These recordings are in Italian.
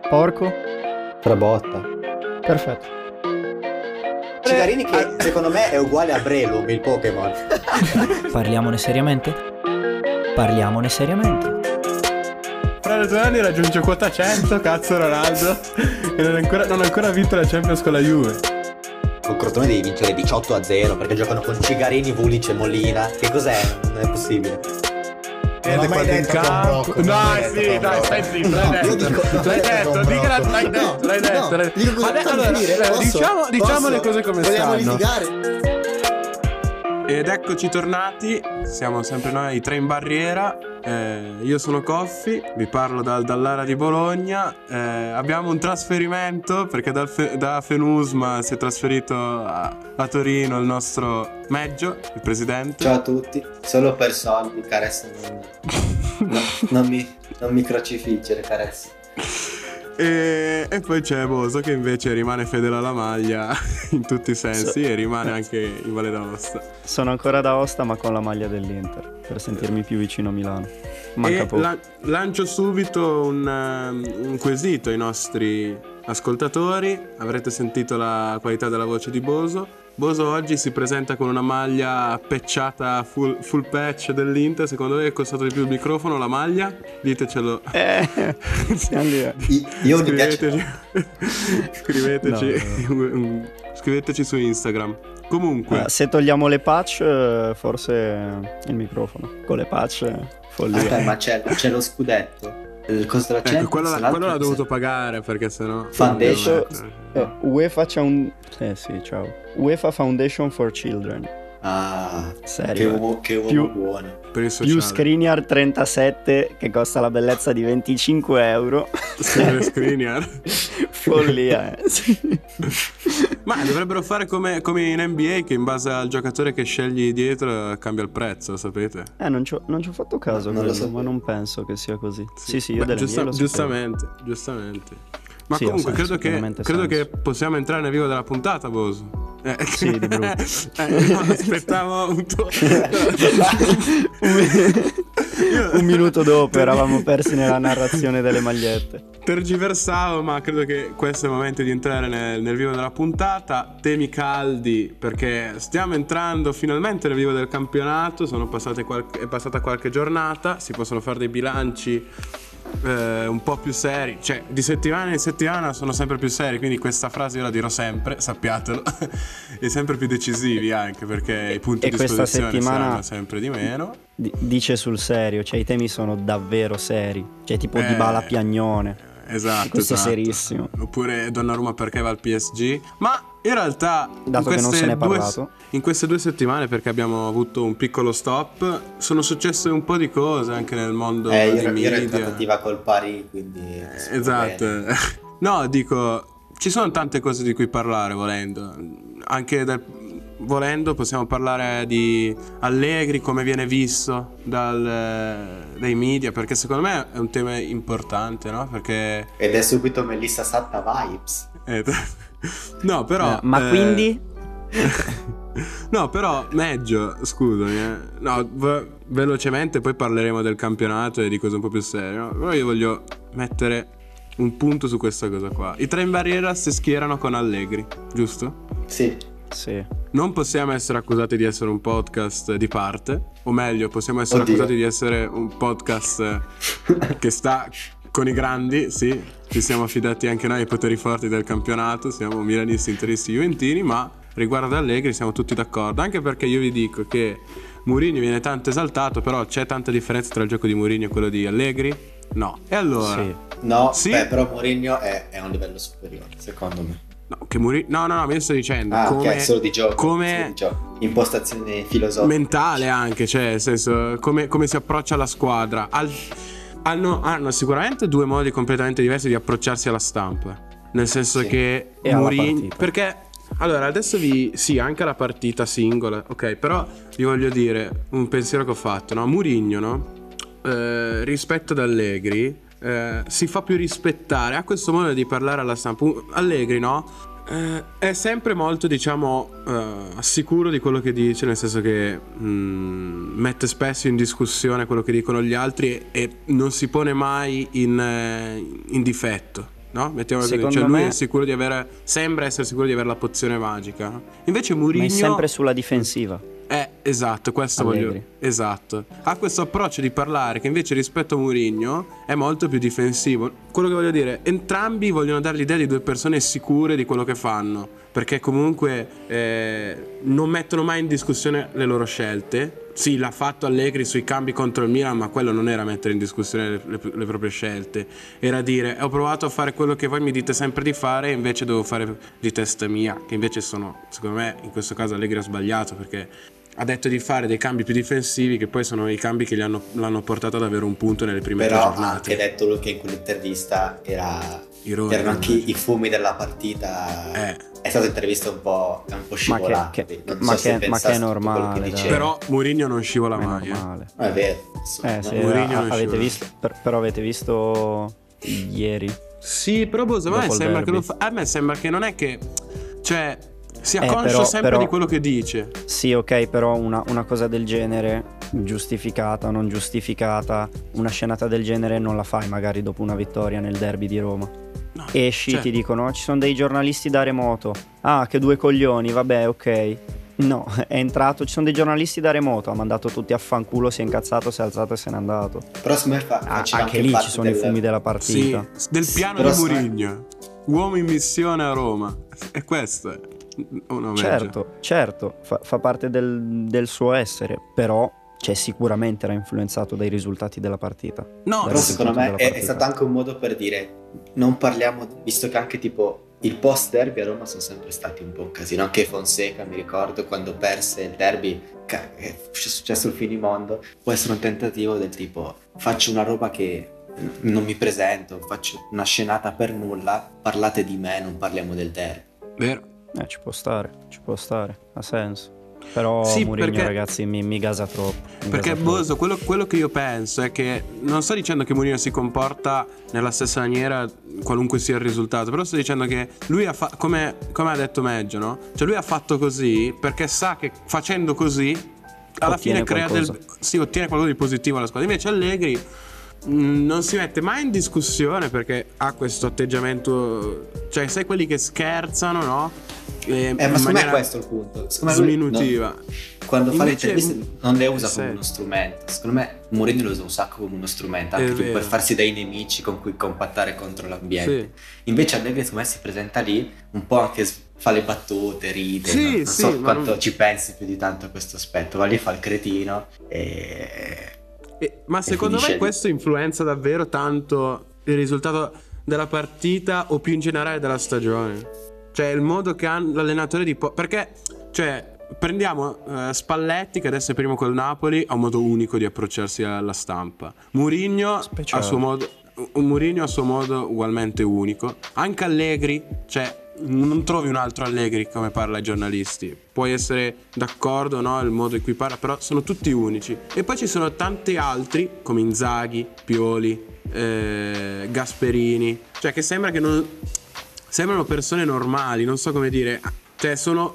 Porco? Frabotta. Perfetto. Cigarini che secondo me è uguale a Breloom, il Pokémon. Parliamone seriamente? Parliamone seriamente. Fra 2 anni raggiunge quota 100, cazzo Ronaldo, e non ha ancora vinto la Champions con la Juve. Con Crotone devi vincere 18-0 perché giocano con Cigarini, Vulic e Molina. Che cos'è? Non è possibile. Ed è quando in campo. Dai, sì, dai, stai zitto, l'hai detto. Diciamo le cose come stanno. Litigare? Ed eccoci tornati, siamo sempre noi, i tre in barriera. Io sono Coffi, vi parlo dall'area di Bologna. Abbiamo un trasferimento perché da Fenusma si è trasferito a Torino il nostro Meggio, il presidente. Ciao a tutti, solo per soldi, Caressa. Non mi crocifiggere, Caressa. E poi c'è Boso che invece rimane fedele alla maglia in tutti i sensi e rimane anche in Valle d'Aosta. Sono ancora d'Aosta ma con la maglia dell'Inter per sentirmi più vicino a Milano. Manca poco. Lancio subito un quesito ai nostri ascoltatori. Avrete sentito la qualità della voce di Boso. Boso oggi si presenta con una maglia patchata full patch dell'Inter. Secondo voi è costato di più il microfono o la maglia? Ditecelo. Io mi piace. Scriveteci su Instagram. Comunque se togliamo le patch forse il microfono. Con le patch follia. Ma c'è lo scudetto. Il costo della Champions, quello l'ha dovuto pagare perché sennò Foundation. UEFA c'ha un ciao. UEFA Foundation for Children. Ah, serio? Che uomo buono. Per il sociale. Più Skriniar 37 che costa la bellezza di 25 euro. Skriniar. Follia. Sì. Ma dovrebbero fare come in NBA, che in base al giocatore che scegli dietro cambia il prezzo, sapete? Non ci ho fatto caso, ma non penso che sia così. Sì, io dell'NBA lo sapevo. Giustamente. Ma sì, comunque senso, credo che possiamo entrare nel vivo della puntata, Boso. Sì, di brutto. Aspettavo un tuo... Un minuto dopo eravamo persi nella narrazione delle magliette. Tergiversavo, ma credo che questo è il momento di entrare nel vivo della puntata. Temi caldi, perché stiamo entrando finalmente nel vivo del campionato. È passata qualche giornata, si possono fare dei bilanci un po' più seri, cioè di settimana in settimana sono sempre più seri, quindi questa frase io la dirò sempre, sappiatelo. E sempre più decisivi anche perché i punti a disposizione saranno sempre di meno. Dice sul serio, cioè i temi sono davvero seri, cioè tipo Dybala Piagnone. Esatto, questo è serissimo. Oppure Donnarumma perché va al PSG. Ma in realtà dato che non se ne è parlato in queste 2 settimane, perché abbiamo avuto un piccolo stop, sono successe un po' di cose anche nel mondo dei media. Io ero in trattativa col Paris, quindi esatto. No, dico, ci sono tante cose di cui parlare volendo. Volendo possiamo parlare di Allegri, come viene visto dai media, perché secondo me è un tema importante, no? Perché ed è subito Melissa Satta vibes. No, però ma quindi no, però Meggio, scusami, no, velocemente poi parleremo del campionato e di cose un po' più serie, no? Però io voglio mettere un punto su questa cosa qua. I tre in barriera si schierano con Allegri, giusto? Sì. Non possiamo essere accusati di essere un podcast di parte, o meglio, possiamo essere accusati di essere un podcast che sta con i grandi, sì. Ci siamo affidati anche noi ai poteri forti del campionato, siamo milanisti, interisti, juventini, ma riguardo Allegri siamo tutti d'accordo, anche perché io vi dico che Mourinho viene tanto esaltato, però c'è tanta differenza tra il gioco di Mourinho e quello di Allegri? No. E allora? Sì. No, sì? Però Mourinho è a un livello superiore, secondo me. No, che no, me lo sto dicendo. Come solo di gioco. Come impostazione filosofica. Mentale anche, cioè, nel senso, come si approccia alla squadra. Hanno sicuramente 2 modi completamente diversi di approcciarsi alla stampa. Nel senso che Mourinho, perché allora adesso anche la partita singola, ok, però vi voglio dire un pensiero che ho fatto, no? Mourinho, no? Rispetto ad Allegri, si fa più rispettare, ha questo modo di parlare alla stampa. Allegri, no? È sempre molto, diciamo, sicuro di quello che dice, nel senso che mette spesso in discussione quello che dicono gli altri e non si pone mai in difetto. no? Mettiamo così, Secondo cioè lui me- è sicuro di avere, sembra essere sicuro di avere la pozione magica, no? Invece Ma Mourinho è sempre sulla difensiva. esatto, questo Allegri. esatto. Ha questo approccio di parlare che invece rispetto a Mourinho è molto più difensivo. Quello che voglio dire, entrambi vogliono dare l'idea di due persone sicure di quello che fanno, perché comunque non mettono mai in discussione le loro scelte. Sì, l'ha fatto Allegri sui cambi contro il Milan, ma quello non era mettere in discussione le proprie scelte, era dire ho provato a fare quello che voi mi dite sempre di fare e invece devo fare di testa mia, che invece sono, secondo me in questo caso Allegri ha sbagliato, perché ha detto di fare dei cambi più difensivi che poi sono i cambi che l'hanno portato ad avere un punto nelle prime tre Però ha giornate. anche detto lui che in quell'intervista Ironico, erano anche i fumi della partita. È stata intervista un po' scivolato. Ma che è normale, dai. Però Mourinho non scivola Ma è mai. normale. È vero. Sì, Mourinho non avete scivola. visto, però avete visto ieri? Sì, però boh, a me Dopo il sembra che derby. a me sembra che non è che, cioè, sia però- conscio sempre però- di quello che dice. Sì, ok, però una cosa del genere, giustificata o non giustificata, una scenata del genere non la fai magari dopo una vittoria nel derby di Roma. No, Esci, cioè, ti dicono ci sono dei giornalisti da remoto. Ah, che due coglioni, vabbè, ok. No, è entrato, ci sono dei giornalisti da remoto, ha mandato tutti a fanculo, si è incazzato, si è alzato e se n'è andato. Però secondo me faceva Anche anche lì parte ci sono i fumi della sì, partita. del piano Però di sai- Mourinho. Uomo in missione a Roma. E questo è. Una Certo, fa parte del suo essere, però sicuramente era influenzato dai risultati della partita. No, Però secondo me della è partita. stato anche un modo per dire non parliamo, visto che anche tipo il post derby a Roma sono sempre stati un po' un casino. Anche Fonseca, mi ricordo, quando perse il derby, che è successo il finimondo, può essere un tentativo del tipo faccio una roba che non mi presento, faccio una scenata per nulla, parlate di me, non parliamo del derby. vero. Ci può stare, ha senso. Però Sì, Mourinho, perché- ragazzi, mi gasa troppo. Perché Boso, quello che io penso è che non sto dicendo che Mourinho si comporta nella stessa maniera qualunque sia il risultato, però sto dicendo che lui come ha detto Meggio, no? Cioè lui ha fatto così perché sa che facendo così alla Ottiene fine qualcosa. ottiene qualcosa di positivo alla squadra. Invece Allegri non si mette mai in discussione perché ha questo atteggiamento, cioè sai quelli che scherzano, no? Ma In secondo me è maniera questo il punto. Secondo me lui sminutiva. quando fa le Invece- interviste non le usa come Sì. uno strumento. Secondo me Mourinho lo usa un sacco come uno strumento, È anche tipo vero. per farsi dei nemici con cui compattare contro l'ambiente. Sì. Invece Allegri secondo me si presenta lì un po' anche fa le battute, ride, Sì, non sì, so ma quanto non- ci pensi più di tanto a questo aspetto. Va lì, fa il cretino e Ma secondo finisce me lì. questo influenza davvero tanto il risultato della partita o più in generale della stagione? Cioè il modo che ha l'allenatore di perché, cioè, prendiamo Spalletti, che adesso è primo col Napoli, ha un modo unico di approcciarsi alla stampa. Mourinho a Speciale. suo modo, Mourinho a suo modo ugualmente unico. Anche Allegri, cioè non trovi un altro Allegri come parla ai giornalisti. Puoi essere d'accordo, no, il modo in cui parla, però sono tutti unici. E poi ci sono tanti altri come Inzaghi, Pioli, Gasperini, cioè che sembra che non sembrano persone normali, non so come dire, cioè sono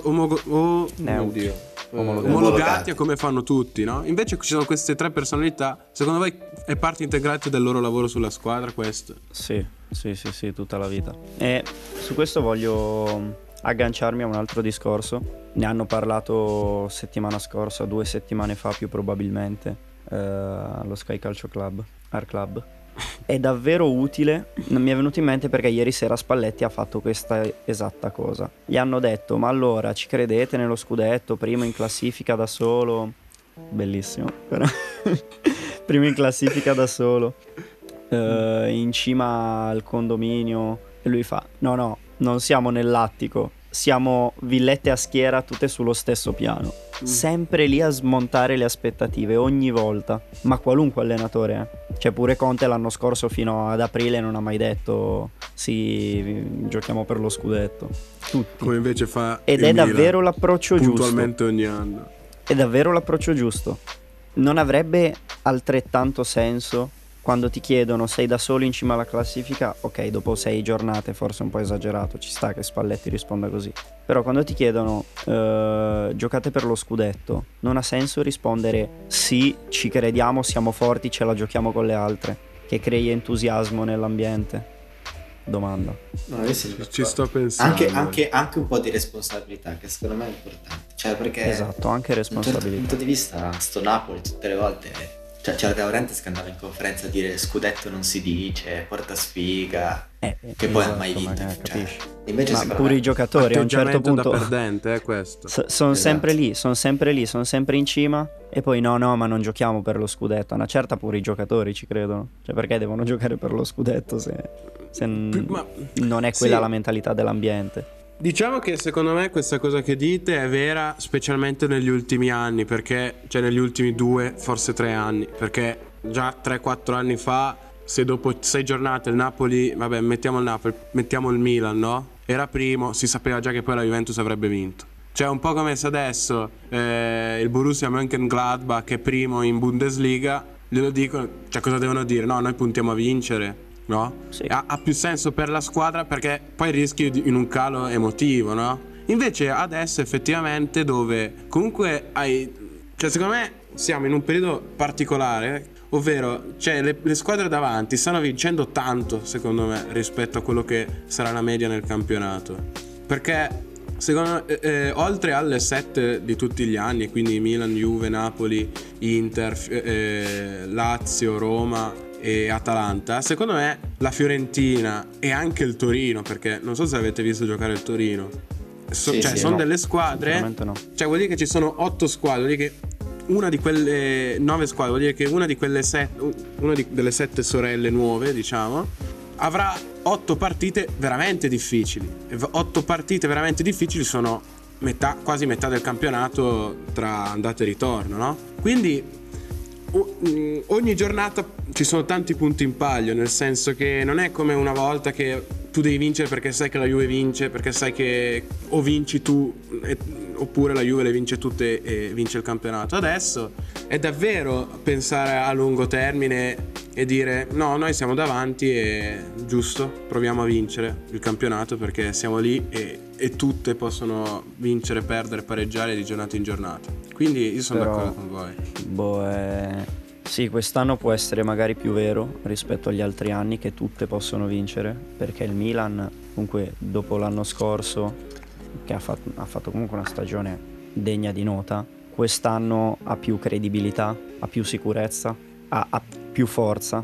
omologati a come fanno tutti, no? Invece ci sono queste tre personalità. Secondo voi è parte integrante del loro lavoro sulla squadra questo? Sì, tutta la vita. E su questo voglio agganciarmi a un altro discorso. Ne hanno parlato settimana scorsa, 2 settimane fa più probabilmente, allo Sky Calcio Club, Art Club. È davvero utile, non mi è venuto in mente perché ieri sera Spalletti ha fatto questa esatta cosa. Gli hanno detto: ma allora ci credete nello scudetto, primo in classifica da solo? Bellissimo, però. Primo in classifica da solo, in cima al condominio. E lui fa: no, non siamo nell'attico, siamo villette a schiera tutte sullo stesso piano. Sempre lì a smontare le aspettative ogni volta, ma qualunque allenatore, Cioè pure Conte l'anno scorso fino ad aprile non ha mai detto sì, giochiamo per lo scudetto. Tutti. Come invece fa Ed il è Milan, davvero l'approccio giusto. puntualmente ogni anno. È davvero l'approccio giusto. Non avrebbe altrettanto senso quando ti chiedono sei da solo in cima alla classifica? Ok, dopo 6 giornate forse è un po' esagerato, ci sta che Spalletti risponda così. Però quando ti chiedono giocate per lo scudetto, non ha senso rispondere sì, ci crediamo, siamo forti, ce la giochiamo con le altre, che crei entusiasmo nell'ambiente. domanda. No, io ci sto pensando. Anche un po' di responsabilità, che secondo me è importante. Cioè, perché esatto, anche responsabilità. Da un certo punto di vista, sto Napoli tutte le volte, cioè c'era De Laurentiis che andava in conferenza a dire scudetto non si dice, porta sfiga, che poi non ha mai vinto. Cioè, invece ma pure i giocatori a un certo punto da perdente, questo. Sono sempre lì, sono sempre in cima, e poi no, ma non giochiamo per lo scudetto. A una certa pure i giocatori ci credono, cioè perché devono giocare per lo scudetto se non è quella la mentalità dell'ambiente. Diciamo che secondo me questa cosa che dite è vera, specialmente negli ultimi anni, perché cioè negli ultimi 2, forse 3 anni, perché già 3-4 anni fa, se dopo 6 giornate il Napoli, vabbè, mettiamo il Milan, no? Era primo, si sapeva già che poi la Juventus avrebbe vinto. Cioè un po' come se adesso il Borussia Mönchengladbach, che è primo in Bundesliga, glielo dicono, cioè cosa devono dire? No, noi puntiamo a vincere. No? Sì. Ha più senso per la squadra, perché poi rischi in un calo emotivo, no? Invece adesso effettivamente, dove comunque cioè secondo me siamo in un periodo particolare, ovvero cioè le squadre davanti stanno vincendo tanto, secondo me, rispetto a quello che sarà la media nel campionato, perché secondo me oltre alle 7 di tutti gli anni, quindi Milan, Juve, Napoli, Inter, Lazio, Roma e Atalanta, secondo me la Fiorentina e anche il Torino, perché non so se avete visto giocare il Torino, sono delle squadre, no. Cioè vuol dire che ci sono 8 squadre, vuol dire che una di quelle 9 squadre, vuol dire che una di quelle delle 7 sorelle nuove, diciamo, avrà 8 partite veramente difficili. 8 partite veramente difficili sono quasi metà del campionato tra andata e ritorno, no? Quindi ogni giornata ci sono tanti punti in palio, nel senso che non è come una volta che tu devi vincere perché sai che la Juve vince, perché sai che o vinci tu oppure la Juve le vince tutte e vince il campionato. Adesso è davvero pensare a lungo termine e dire no, noi siamo davanti e giusto, proviamo a vincere il campionato, perché siamo lì e tutte possono vincere, perdere, pareggiare di giornata in giornata. Quindi io sono d'accordo con voi. Sì, quest'anno può essere magari più vero rispetto agli altri anni che tutte possono vincere, perché il Milan comunque dopo l'anno scorso, che ha fatto comunque una stagione degna di nota, quest'anno ha più credibilità, ha più sicurezza, ha più forza.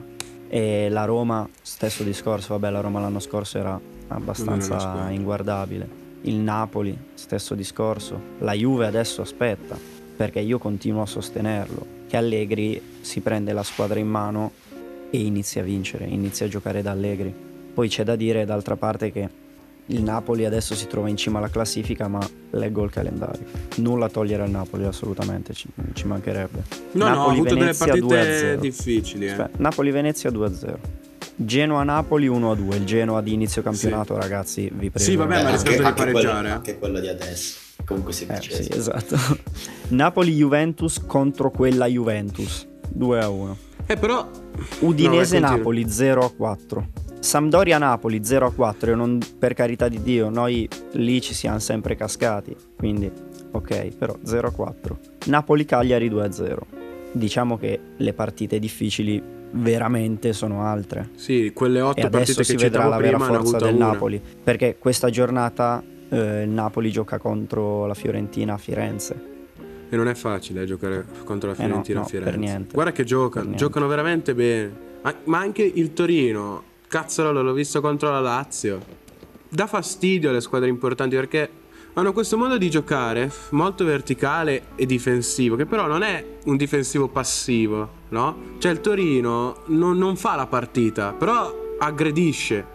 E la Roma, stesso discorso, vabbè, la Roma l'anno scorso era abbastanza inguardabile. Il Napoli, stesso discorso. La Juve adesso aspetta, perché io continuo a sostenerlo, che Allegri si prende la squadra in mano e inizia a vincere, inizia a giocare da Allegri. Poi c'è da dire d'altra parte che il Napoli adesso si trova in cima alla classifica, ma leggo il calendario, nulla a togliere al Napoli, assolutamente, ci mancherebbe. No, Napoli, ha avuto Venezia, delle partite difficili. Napoli-Venezia 2-0. Genoa-Napoli 1-2. Il Genoa di inizio campionato, sì. Ragazzi, vi prego. Sì, vabbè, ma rischiate di pareggiare. Anche quello di adesso. Comunque si sì, esatto. Napoli-Juventus contro quella Juventus 2-1. Però Udinese-Napoli 0-4. Sampdoria-Napoli 0-4. E non, per carità di Dio, noi lì ci siamo sempre cascati, quindi ok, però 0-4. Napoli-Cagliari 2-0. Diciamo che le partite difficili veramente sono altre. Sì, quelle 8 partite che si vedrà la vera forza del una. Napoli, perché questa giornata il Napoli gioca contro la Fiorentina a Firenze e non è facile giocare contro la Fiorentina a Firenze. Per niente. Guarda che giocano veramente bene. Ma anche il Torino, cazzo, l'ho visto contro la Lazio, dà fastidio alle squadre importanti, perché hanno questo modo di giocare molto verticale e difensivo, che però non è un difensivo passivo, no? Cioè il Torino non fa la partita, però aggredisce.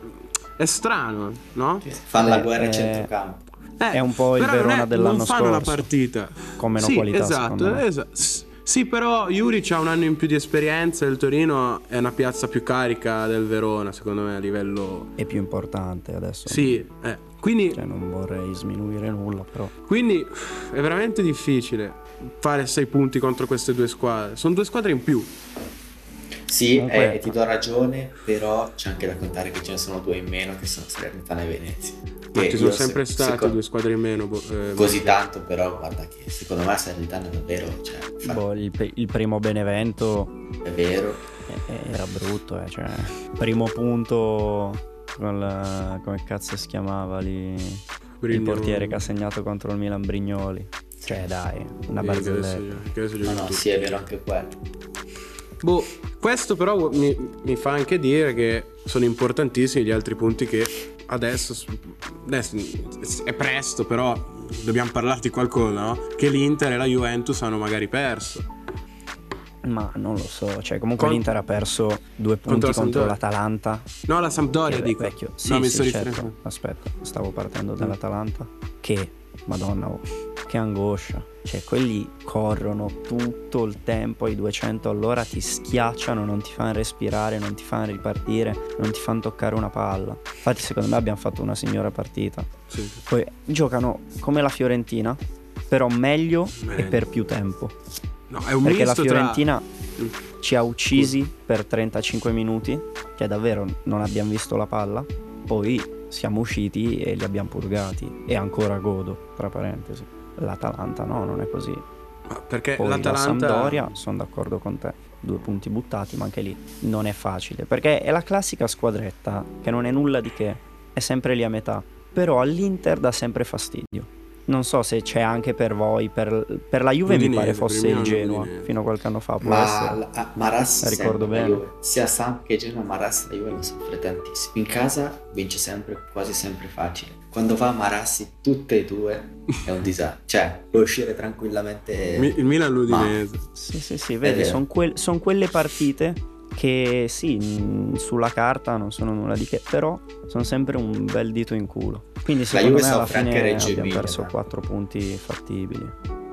È strano, no? Fanno la guerra in centrocampo. È un po' il Verona dell'anno scorso. Non fanno la partita con meno qualità, esatto. Sì, però Juric ha un anno in più di esperienza. Il Torino è una piazza più carica del Verona, secondo me, a livello... È più importante adesso. Sì, quindi... Cioè, non vorrei sminuire nulla, però... Quindi è veramente difficile fare 6 punti contro queste due squadre. Sono 2 squadre in più. Sì, ti do ragione, però c'è anche da contare che ce ne sono 2 in meno, che sono Salernitana e Venezia. Ma ci sono sempre state 2 squadre in meno. Così tanto, però guarda che secondo me Salernitana davvero, il primo Benevento è vero, era brutto, cioè primo punto come cazzo si chiamava lì? Brignoli. Il portiere che ha segnato contro il Milan, Brignoli. Cioè dai, una barzelletta. No, sì, è vero anche quello. Boh, questo però mi fa anche dire che sono importantissimi gli altri punti che adesso è presto, però dobbiamo parlare di qualcosa, no? Che l'Inter e la Juventus hanno magari perso. Ma non lo so, cioè comunque l'Inter ha perso 2 punti contro l'Atalanta. No, la Sampdoria dico. Vecchio. Sì, no, mi sì, sto certo. riferendo. Aspetta, stavo partendo dall'Atalanta. Che, madonna, che angoscia. Cioè quelli corrono tutto il tempo ai 200 all'ora, ti schiacciano, non ti fanno respirare, non ti fanno ripartire, non ti fanno toccare una palla. Infatti secondo me abbiamo fatto una signora partita. Sì. Poi giocano come la Fiorentina, però meglio e per più tempo. No, è un perché la misto Fiorentina ci ha uccisi per 35 minuti, che davvero non abbiamo visto la palla, poi siamo usciti e li abbiamo purgati, e ancora godo, tra parentesi. L'Atalanta no, non è così. Perché poi l'Atalanta... la Sampdoria, sono d'accordo con te, 2 punti buttati, ma anche lì non è facile, perché è la classica squadretta che non è nulla di che, è sempre lì a metà, però all'Inter dà sempre fastidio. Non so se c'è anche per voi, per la Juve Udinese, mi pare fosse il Genoa Udinese. fino a qualche anno fa, può essere. Marassi ricordo sempre, bene. la Juve. Sia Samp che Genoa, Marassi la Juve lo soffre tantissimo. In casa vince sempre, quasi sempre facile. Quando va Marassi tutte e due è un disastro. Cioè può uscire tranquillamente il Milan l'Udinese. Sì, vedi, sono quelle partite che sì, sulla carta non sono nulla di che, però sono sempre un bel dito in culo. Quindi secondo me alla fine abbiamo perso 4 punti fattibili.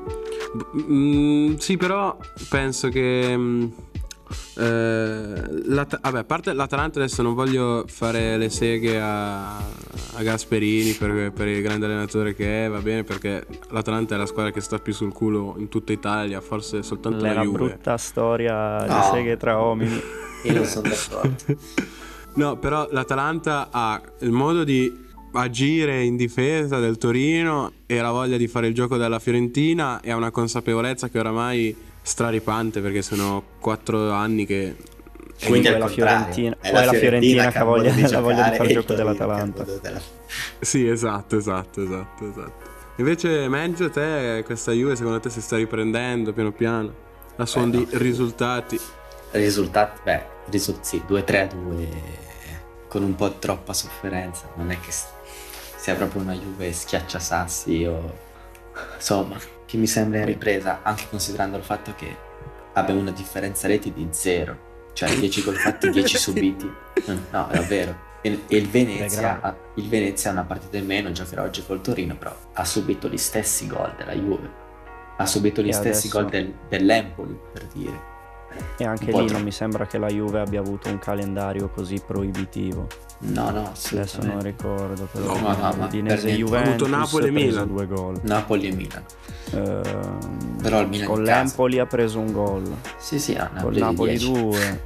Sì, però penso che vabbè, a parte l'Atalanta, adesso non voglio fare le seghe a Gasperini per il grande allenatore che è, va bene, perché l'Atalanta è la squadra che sta più sul culo in tutta Italia, forse soltanto la Juve. Brutta storia di seghe tra uomini. Io non sono d'accordo. No, però l'Atalanta ha il modo di agire in difesa del Torino e la voglia di fare il gioco della Fiorentina, e ha una consapevolezza che oramai straripante, perché sono 4 anni che quindi è la Fiorentina che ha voglia di fare il gioco dell'Atalanta. Sì, esatto. Invece Mengio, te questa Juve secondo te si sta riprendendo piano piano? La suon di risultati? Risultati, sì, 2-3-2 con un po' troppa sofferenza. Non è che sia proprio una Juve schiacciasassi o insomma, che mi sembra in ripresa, anche considerando il fatto che abbiamo una differenza reti di 0, cioè 10 gol fatti, 10 subiti. No, è davvero. E il Venezia ha una partita in meno, giocherà oggi col Torino, però ha subito gli stessi gol della Juve, ha subito gli stessi gol dell'Empoli, per dire. E anche lì non mi sembra che la Juve abbia avuto un calendario così proibitivo. No, adesso non ricordo, però ma Udinese Juventus ha avuto Napoli e Milan, 2 gol. Napoli e Milan. Però il Milan con l'Empoli ha preso un gol. Sì, con Napoli 2.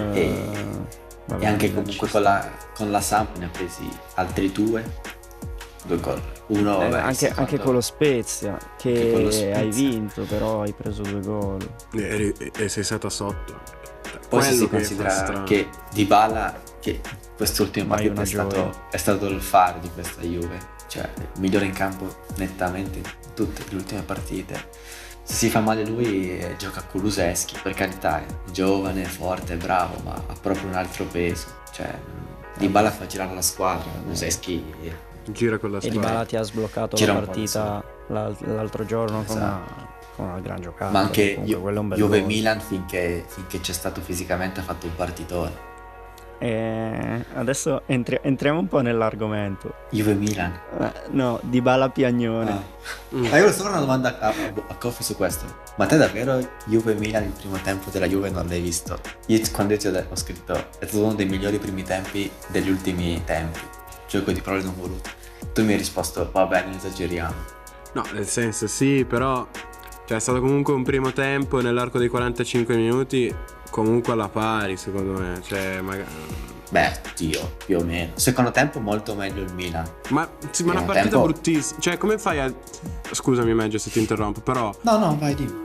E anche comunque con la Samp ne ha presi altri 2 gol. Uno anche con lo Spezia, che hai vinto, però hai preso 2 gol e sei stata sotto. Poi se si considera che Dybala, che quest'ultimo partito è stato il faro di questa Juve, cioè il migliore in campo nettamente in tutte le ultime partite. Se si fa male lui gioca con Kulusevski, per carità, è giovane, forte, bravo, ma ha proprio un altro peso. Cioè Dybala fa girare la squadra, Kulusevski gira con la squadra. E Dybala ti ha sbloccato la partita l'altro giorno, esatto, con una gran giocata. Ma anche Juve-Milan finché c'è stato fisicamente ha fatto un partitone. Adesso entriamo un po' nell'argomento. Juve-Milan. No, Dybala Piagnone. Ma io solo una domanda a Coffi su questo. Ma te davvero Juve-Milan il primo tempo della Juve non l'hai visto? Quando io ti ho scritto è stato uno dei migliori primi tempi degli ultimi tempi, gioco di parole non voluto. Tu mi hai risposto va bene, esageriamo. No, nel senso sì, però cioè, è stato comunque un primo tempo nell'arco dei 45 minuti comunque alla pari, secondo me. Cioè, più o meno. Secondo tempo molto meglio il Milan. Ma una partita bruttissima. Cioè, come fai a... Scusami Meggio se ti interrompo, però... No, vai, dimmi.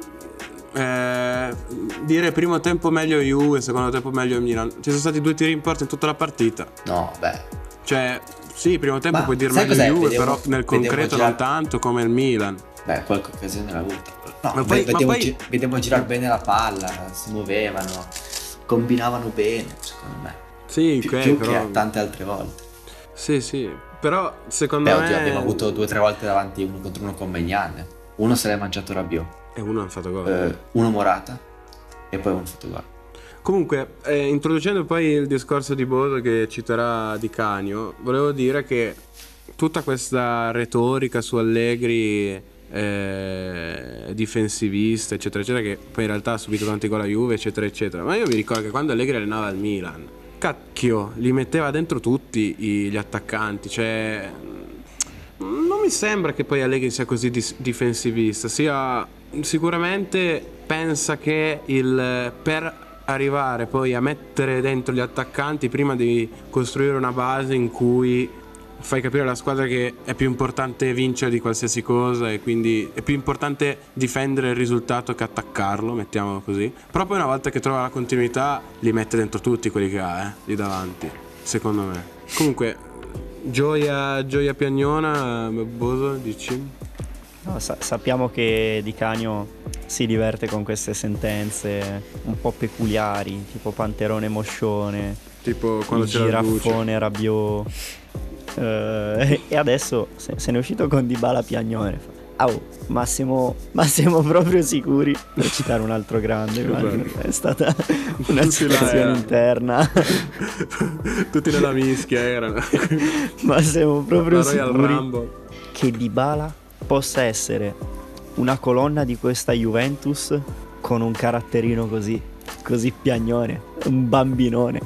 Dire primo tempo meglio Juve, secondo tempo meglio Milan. Ci sono stati 2 tiri in porta in tutta la partita. No, Cioè, sì, primo tempo Ma puoi dire sai meglio cos'è? Juve, Vedevo- però nel vedevo concreto già- non tanto come il Milan. Beh, qualche occasione l'ha avuta. No, Ma poi- vedevo, ma poi- vedevo girare bene la palla, si muovevano, combinavano bene, secondo me. Sì, Più, ok, più però... che tante altre volte. Sì, però secondo Beh, me... oddio, abbiamo avuto 2 o 3 volte davanti uno contro uno con Maignan. Uno se l'è mangiato Rabiot, E uno ha fatto gol. uno Morata e poi uno ha fatto gol. Comunque, introducendo poi il discorso di Bodo che citerà Di Canio, volevo dire che tutta questa retorica su Allegri difensivista, eccetera, eccetera, che poi in realtà ha subito tanti gol a Juve, eccetera, eccetera. Ma io mi ricordo che quando Allegri allenava il Milan, cacchio, li metteva dentro tutti gli attaccanti, cioè... Non mi sembra che poi Allegri sia così difensivista, sia sicuramente pensa che per arrivare poi a mettere dentro gli attaccanti prima devi costruire una base in cui fai capire alla squadra che è più importante vincere di qualsiasi cosa e quindi è più importante difendere il risultato che attaccarlo, mettiamolo così. Però poi una volta che trova la continuità li mette dentro tutti quelli che ha, lì davanti, secondo me. Comunque gioia piagnona, Boso, dici? No, sappiamo che Di Canio si diverte con queste sentenze un po' peculiari, tipo Panterone Moscione, Tipo quando il c'era il Duce. giraffone Rabiot. E adesso se n'è uscito con Dybala Piagnone. Ma siamo proprio sicuri, per citare un altro grande, bello. è stata una Tutti situazione là, interna. Tutti nella mischia erano. Ma siamo proprio La Royal sicuri Rumble. che Dybala possa essere una colonna di questa Juventus con un caratterino così piagnone, un bambinone.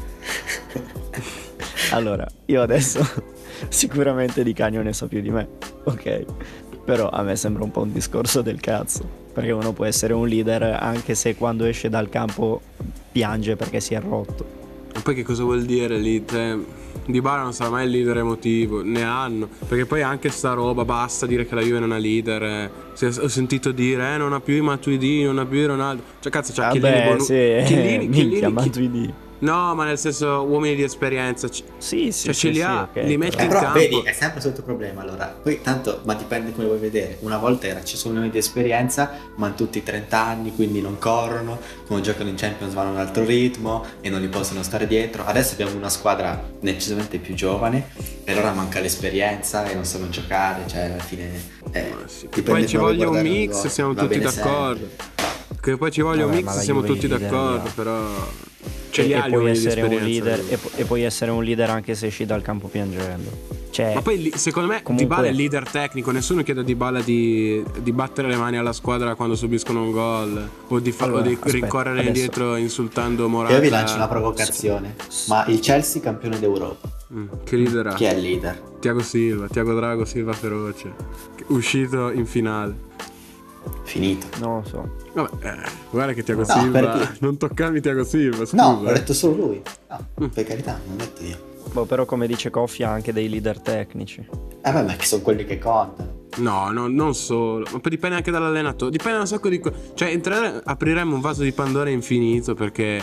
Allora, io adesso sicuramente Di Canio ne so più di me, ok? Però a me sembra un po' un discorso del cazzo, perché uno può essere un leader anche se quando esce dal campo piange perché si è rotto. Ma poi che cosa vuol dire lì? Cioè, Dybala non sarà mai il leader emotivo, ne hanno. Perché poi anche sta roba, basta dire che la Juve non ha leader. Ho sentito dire, non ha più i Matuidi, non ha più i Ronaldo. Cioè cazzo, c'ha Vabbè, sì, minchia, Chiellini. Matuidi. No, ma nel senso uomini di esperienza. Sì, Cioè ce li sì, ha, ok, li metti in Però campo. vedi, è sempre sotto problema allora. Poi tanto, ma dipende come vuoi vedere. Una volta ci sono uomini di esperienza, ma hanno tutti 30 anni, quindi non corrono, quando giocano in Champions vanno a un altro ritmo e non li possono stare dietro. Adesso abbiamo una squadra decisamente più giovane e allora manca l'esperienza e non sanno giocare, cioè alla fine Sì. dipende Poi ci come voglia un guardare mix, gol. siamo Va tutti bene d'accordo. sempre. Che poi ci voglia un Vabbè, ma mix, la siamo Juve tutti i leader d'accordo, li ha. però ce li E ha gli puoi uomini di essere un esperienza. leader e puoi essere un leader anche se esci dal campo piangendo. Cioè, Ma poi secondo me comunque- Dybala è il leader tecnico, nessuno chiede a Dybala di battere le mani alla squadra quando subiscono un gol o di, Allora, o di aspetta, rincorrere adesso- indietro insultando Morata. Io vi lancio una provocazione, ma il Chelsea campione d'Europa, Che leader ha? chi è il leader? Tiago Drago Silva feroce, uscito in finale. Finito. non lo so. Vabbè, guarda che Tiago No, Silva, perché- non toccarmi Tiago Silva, scusa. No, ho detto solo lui. No, per carità, non ho detto io. Boh, però come dice Coffi ha anche dei leader tecnici. Beh, ma che sono quelli che contano. No, non solo, ma poi dipende anche dall'allenatore, dipende da un sacco di cioè apriremmo un vaso di Pandora infinito perché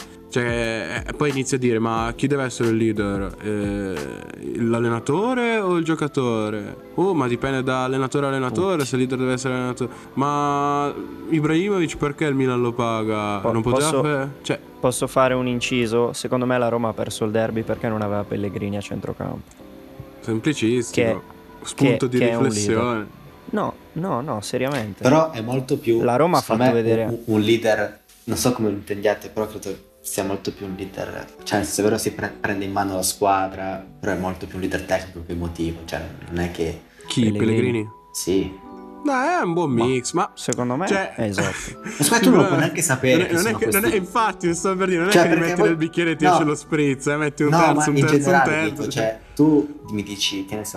poi inizia a dire ma chi deve essere il leader? L'allenatore o il giocatore? Ma dipende da allenatore a allenatore se il leader deve essere allenatore. Ma Ibrahimovic perché il Milan lo paga? Non poteva Posso fare un inciso? Secondo me la Roma ha perso il derby perché non aveva Pellegrini a centrocampo. Semplicissimo. Spunto di che è un riflessione. No, seriamente. Però è molto più... La Roma ha secondo fatto me, vedere un leader, non so come lo intendiate, però credo sia molto più un leader, cioè se è vero si prende in mano la squadra, però è molto più un leader tecnico che emotivo, cioè non è che... Chi? Pellegrini? Sì. È un buon mix, ma secondo me è esatto. Ma scusa, tu non puoi neanche sapere non è infatti, sto per dire, non cioè, è che li perché metti nel bicchiere e ti esce lo spritz, metti un no, terzo, ma un in terzo, un generale terzo. dico, cioè tu mi dici, che ne so,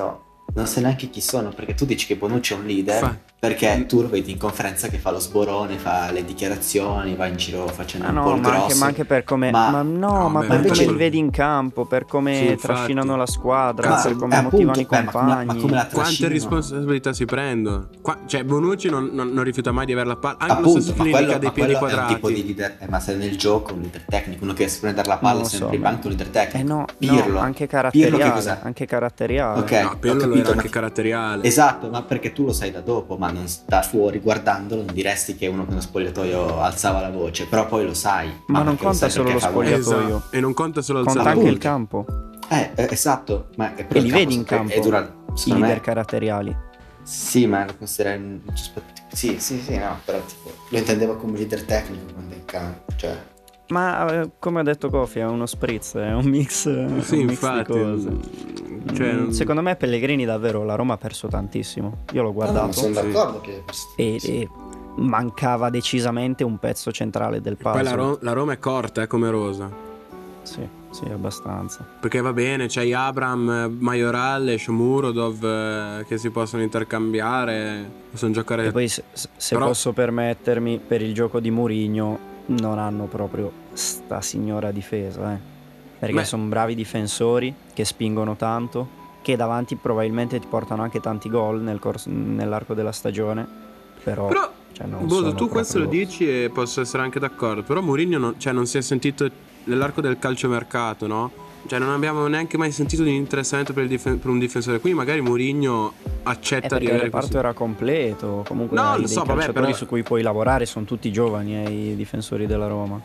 non sai neanche chi sono, perché tu dici che Bonucci è un leader perché tu lo vedi in conferenza che fa lo sborone, fa le dichiarazioni, va in giro facendo un po' il grosso. Ma anche per come ma per come li vedi in campo, per come trascinano la squadra, per come motivano i compagni. Ma come la quante responsabilità si prendono? Cioè Bonucci non rifiuta mai di avere la palla, anche appunto, lo stesso Clinica dei piedi quadrati. È un tipo di leader, ma se nel gioco un leader tecnico, uno che si prende la palla sempre in banco, un leader tecnico. Pirlo, anche caratteriale, anche caratteriale. Ok, no, Pirlo era anche caratteriale. Esatto, ma perché tu lo sai da dopo, ma non da fuori guardandolo non diresti che uno che nello spogliatoio alzava la voce, però poi lo sai. Ma non conta solo lo spogliatoio. Esatto. E non conta solo conta alzare anche il campo. Esatto, ma e li vedi in campo i leader caratteriali. Sì, ma lo considerare sì, no, però tipo lo intendevo come leader tecnico quando è in campo, cioè. Ma come ha detto Kofi, è uno spritz, è un mix, sì, un mix infatti, di cose. Cioè, secondo me Pellegrini davvero la Roma ha perso tantissimo. Io l'ho guardato. No, sono d'accordo che e mancava decisamente un pezzo centrale del puzzle. Poi la Roma è corta, come rosa. Sì, abbastanza. Perché va bene, c'hai Abraham, Majoral e Shomurodov che si possono intercambiare, possono giocare. E poi se però posso permettermi, per il gioco di Mourinho non hanno proprio sta signora difesa, perché sono bravi difensori che spingono tanto, che davanti probabilmente ti portano anche tanti gol nell'arco della stagione, però cioè, non Bodo, tu proprio questo lo dici e posso essere anche d'accordo, però Mourinho non si è sentito nell'arco del calciomercato, no? Cioè non abbiamo neanche mai sentito di interessamento per un difensore, quindi magari Mourinho accetta di avere. Il reparto era completo, comunque no, hai lo so, dei calciatori però su cui puoi lavorare, sono tutti giovani, i difensori della Roma.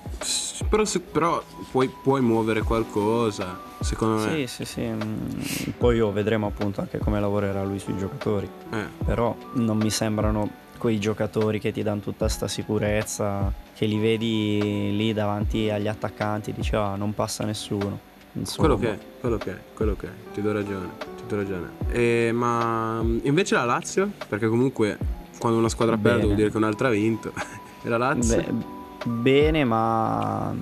Però puoi muovere qualcosa, secondo me. Sì. Poi vedremo appunto anche come lavorerà lui sui giocatori. Però non mi sembrano quei giocatori che ti danno tutta sta sicurezza, che li vedi lì davanti agli attaccanti, dici non passa nessuno. Quello che è, ti do ragione. Ma invece la Lazio, perché comunque quando una squadra perde vuol dire che un'altra ha vinto. E la Lazio? Bene, ma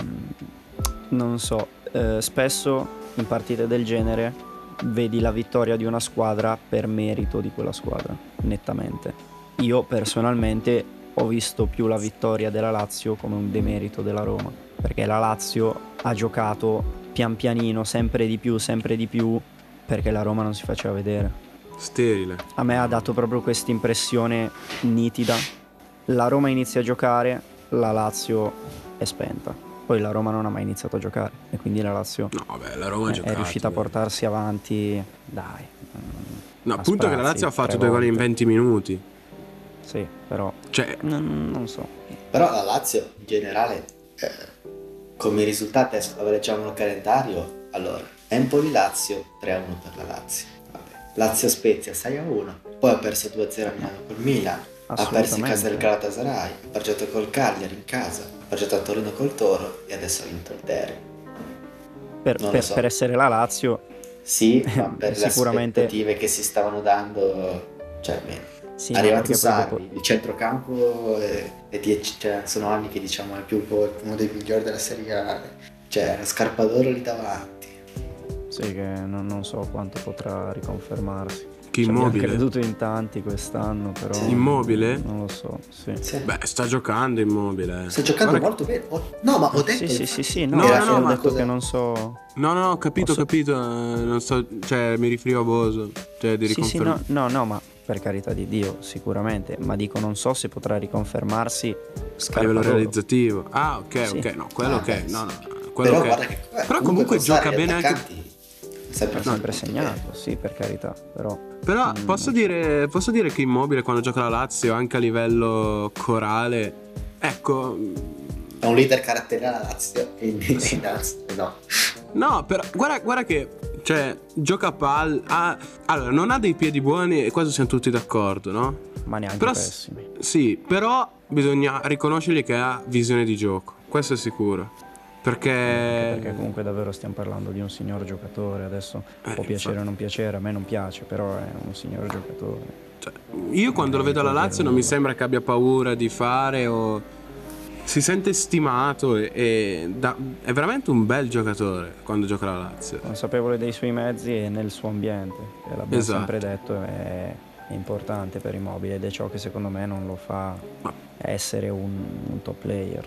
non so, spesso in partite del genere vedi la vittoria di una squadra per merito di quella squadra, nettamente. Io personalmente ho visto più la vittoria della Lazio come un demerito della Roma, perché la Lazio ha giocato pian pianino, sempre di più, perché la Roma non si faceva vedere. Sterile. A me ha dato proprio questa impressione nitida. La Roma inizia a giocare, la Lazio è spenta. Poi la Roma non ha mai iniziato a giocare e quindi la Lazio la Roma ha giocato, è riuscita a portarsi avanti. Dai. No, appunto che la Lazio ha fatto 2 gol in 20 minuti. Sì, però non so. Però la Lazio in generale come risultati, adesso leggiamo il calendario. Allora, Empoli-Lazio 3-1 per la Lazio. Lazio-Spezia 6-1. Poi ha perso 2-0 a Milano col Milan. Ha perso in casa del Galatasaray. Ha pareggiato col Cagliari in casa. Ha pareggiato a Torino col Toro. E adesso ha vinto il derby. Per essere la Lazio. Sì, ma per sicuramente le aspettative che si stavano dando. Cioè, bene. Sì, arrivato Sarri, il centrocampo è 10, cioè, sono anni che diciamo è più uno dei migliori della Serie A, cioè Scarpadoro lì davanti. Sì, che non so quanto potrà riconfermarsi. Che Immobile. Ho creduto in tanti quest'anno, però Immobile? Non lo so, sì. Beh, sta giocando Immobile. Sta giocando molto bene. No, ma ho detto Sì, no, ho detto che non so. No, ho capito, non so, cioè mi riferivo a Boso, cioè di riconfermare. No, ma per carità di Dio, sicuramente, ma dico non so se potrà riconfermarsi a livello realizzativo. Ok, no, quello ok. No, quello però ok. Guarda che, però comunque gioca bene anche. Sempre segnato, sì, per carità, però posso dire che Immobile quando gioca la Lazio anche a livello corale, ecco, è un leader caratteriale la Lazio, quindi no, però guarda che cioè gioca a palla, allora non ha dei piedi buoni e quasi siamo tutti d'accordo, no? Ma neanche pessimi. Sì, però bisogna riconoscergli che ha visione di gioco, questo è sicuro. Perché comunque davvero stiamo parlando di un signor giocatore. Adesso può piacere o non piacere, a me non piace, però è un signor giocatore. Cioè, io quando lo vedo alla Lazio non mi sembra che abbia paura di fare o si sente stimato è veramente un bel giocatore quando gioca la Lazio. Consapevole dei suoi mezzi e nel suo ambiente, che l'abbiamo Esatto. sempre detto, è importante per Immobile, ed è ciò che secondo me non lo fa essere un top player.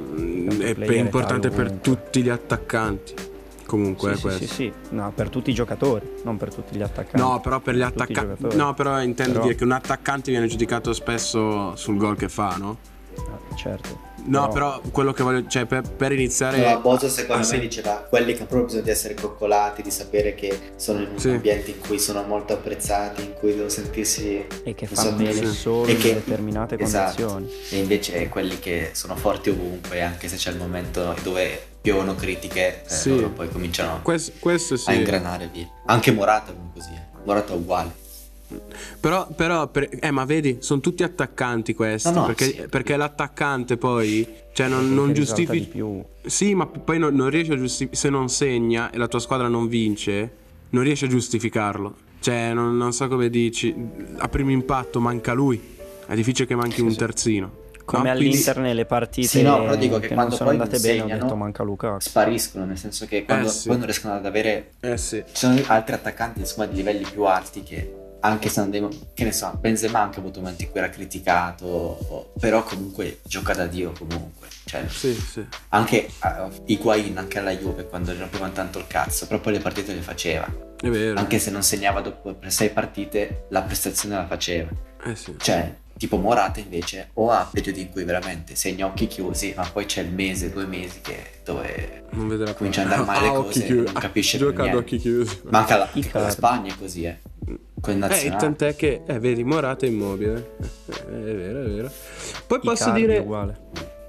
È importante per tutti gli attaccanti. Comunque sì, è questo. sì, no, per tutti i giocatori, non per tutti gli attaccanti. No, però per gli attaccanti. No, però intendo dire che un attaccante viene giudicato spesso sul gol che fa, no? Certo. No, però quello che voglio, cioè per iniziare. No, Bozo secondo me diceva quelli che hanno proprio bisogno di essere coccolati, di sapere che sono in un ambiente in cui sono molto apprezzati, in cui devono sentirsi e che fanno bene solo in determinate condizioni. E invece quelli che sono forti ovunque, anche se c'è il momento dove piovono critiche, loro poi cominciano questo a ingranare via. Anche Morata è così, Morata è uguale. Però ma vedi, sono tutti attaccanti questi, perché l'attaccante poi, cioè non giustifica più. Sì, ma poi non riesce a giustificare, se non segna e la tua squadra non vince, non riesce a giustificarlo. Cioè non so come dici, a primo impatto manca lui, è difficile che manchi un terzino. Come all'Inter nelle partite però dico che quando non sono andate bene, segnano, ho detto manca Lukaku. Spariscono, nel senso che quando poi non riescono ad avere ci sono altri attaccanti insomma di livelli più alti che anche se non che ne so, Benzema anche ha avuto momenti in cui era criticato, però comunque gioca da Dio comunque, cioè anche Higuain anche alla Juve quando rompevano tanto il cazzo, però poi le partite le faceva, è vero, anche se non segnava dopo per 6 partite la prestazione la faceva, sì. Cioè tipo Morata invece o ha periodi in cui veramente segna a occhi chiusi, ma poi c'è il mese, 2 mesi dove non vede la comincia ad andare male le cose, non capisce più niente. Occhi chiusi. Ma anche la Spagna è così, con nazionale. Tant'è che vedi Morata è Immobile, è vero. Poi posso dire uguale.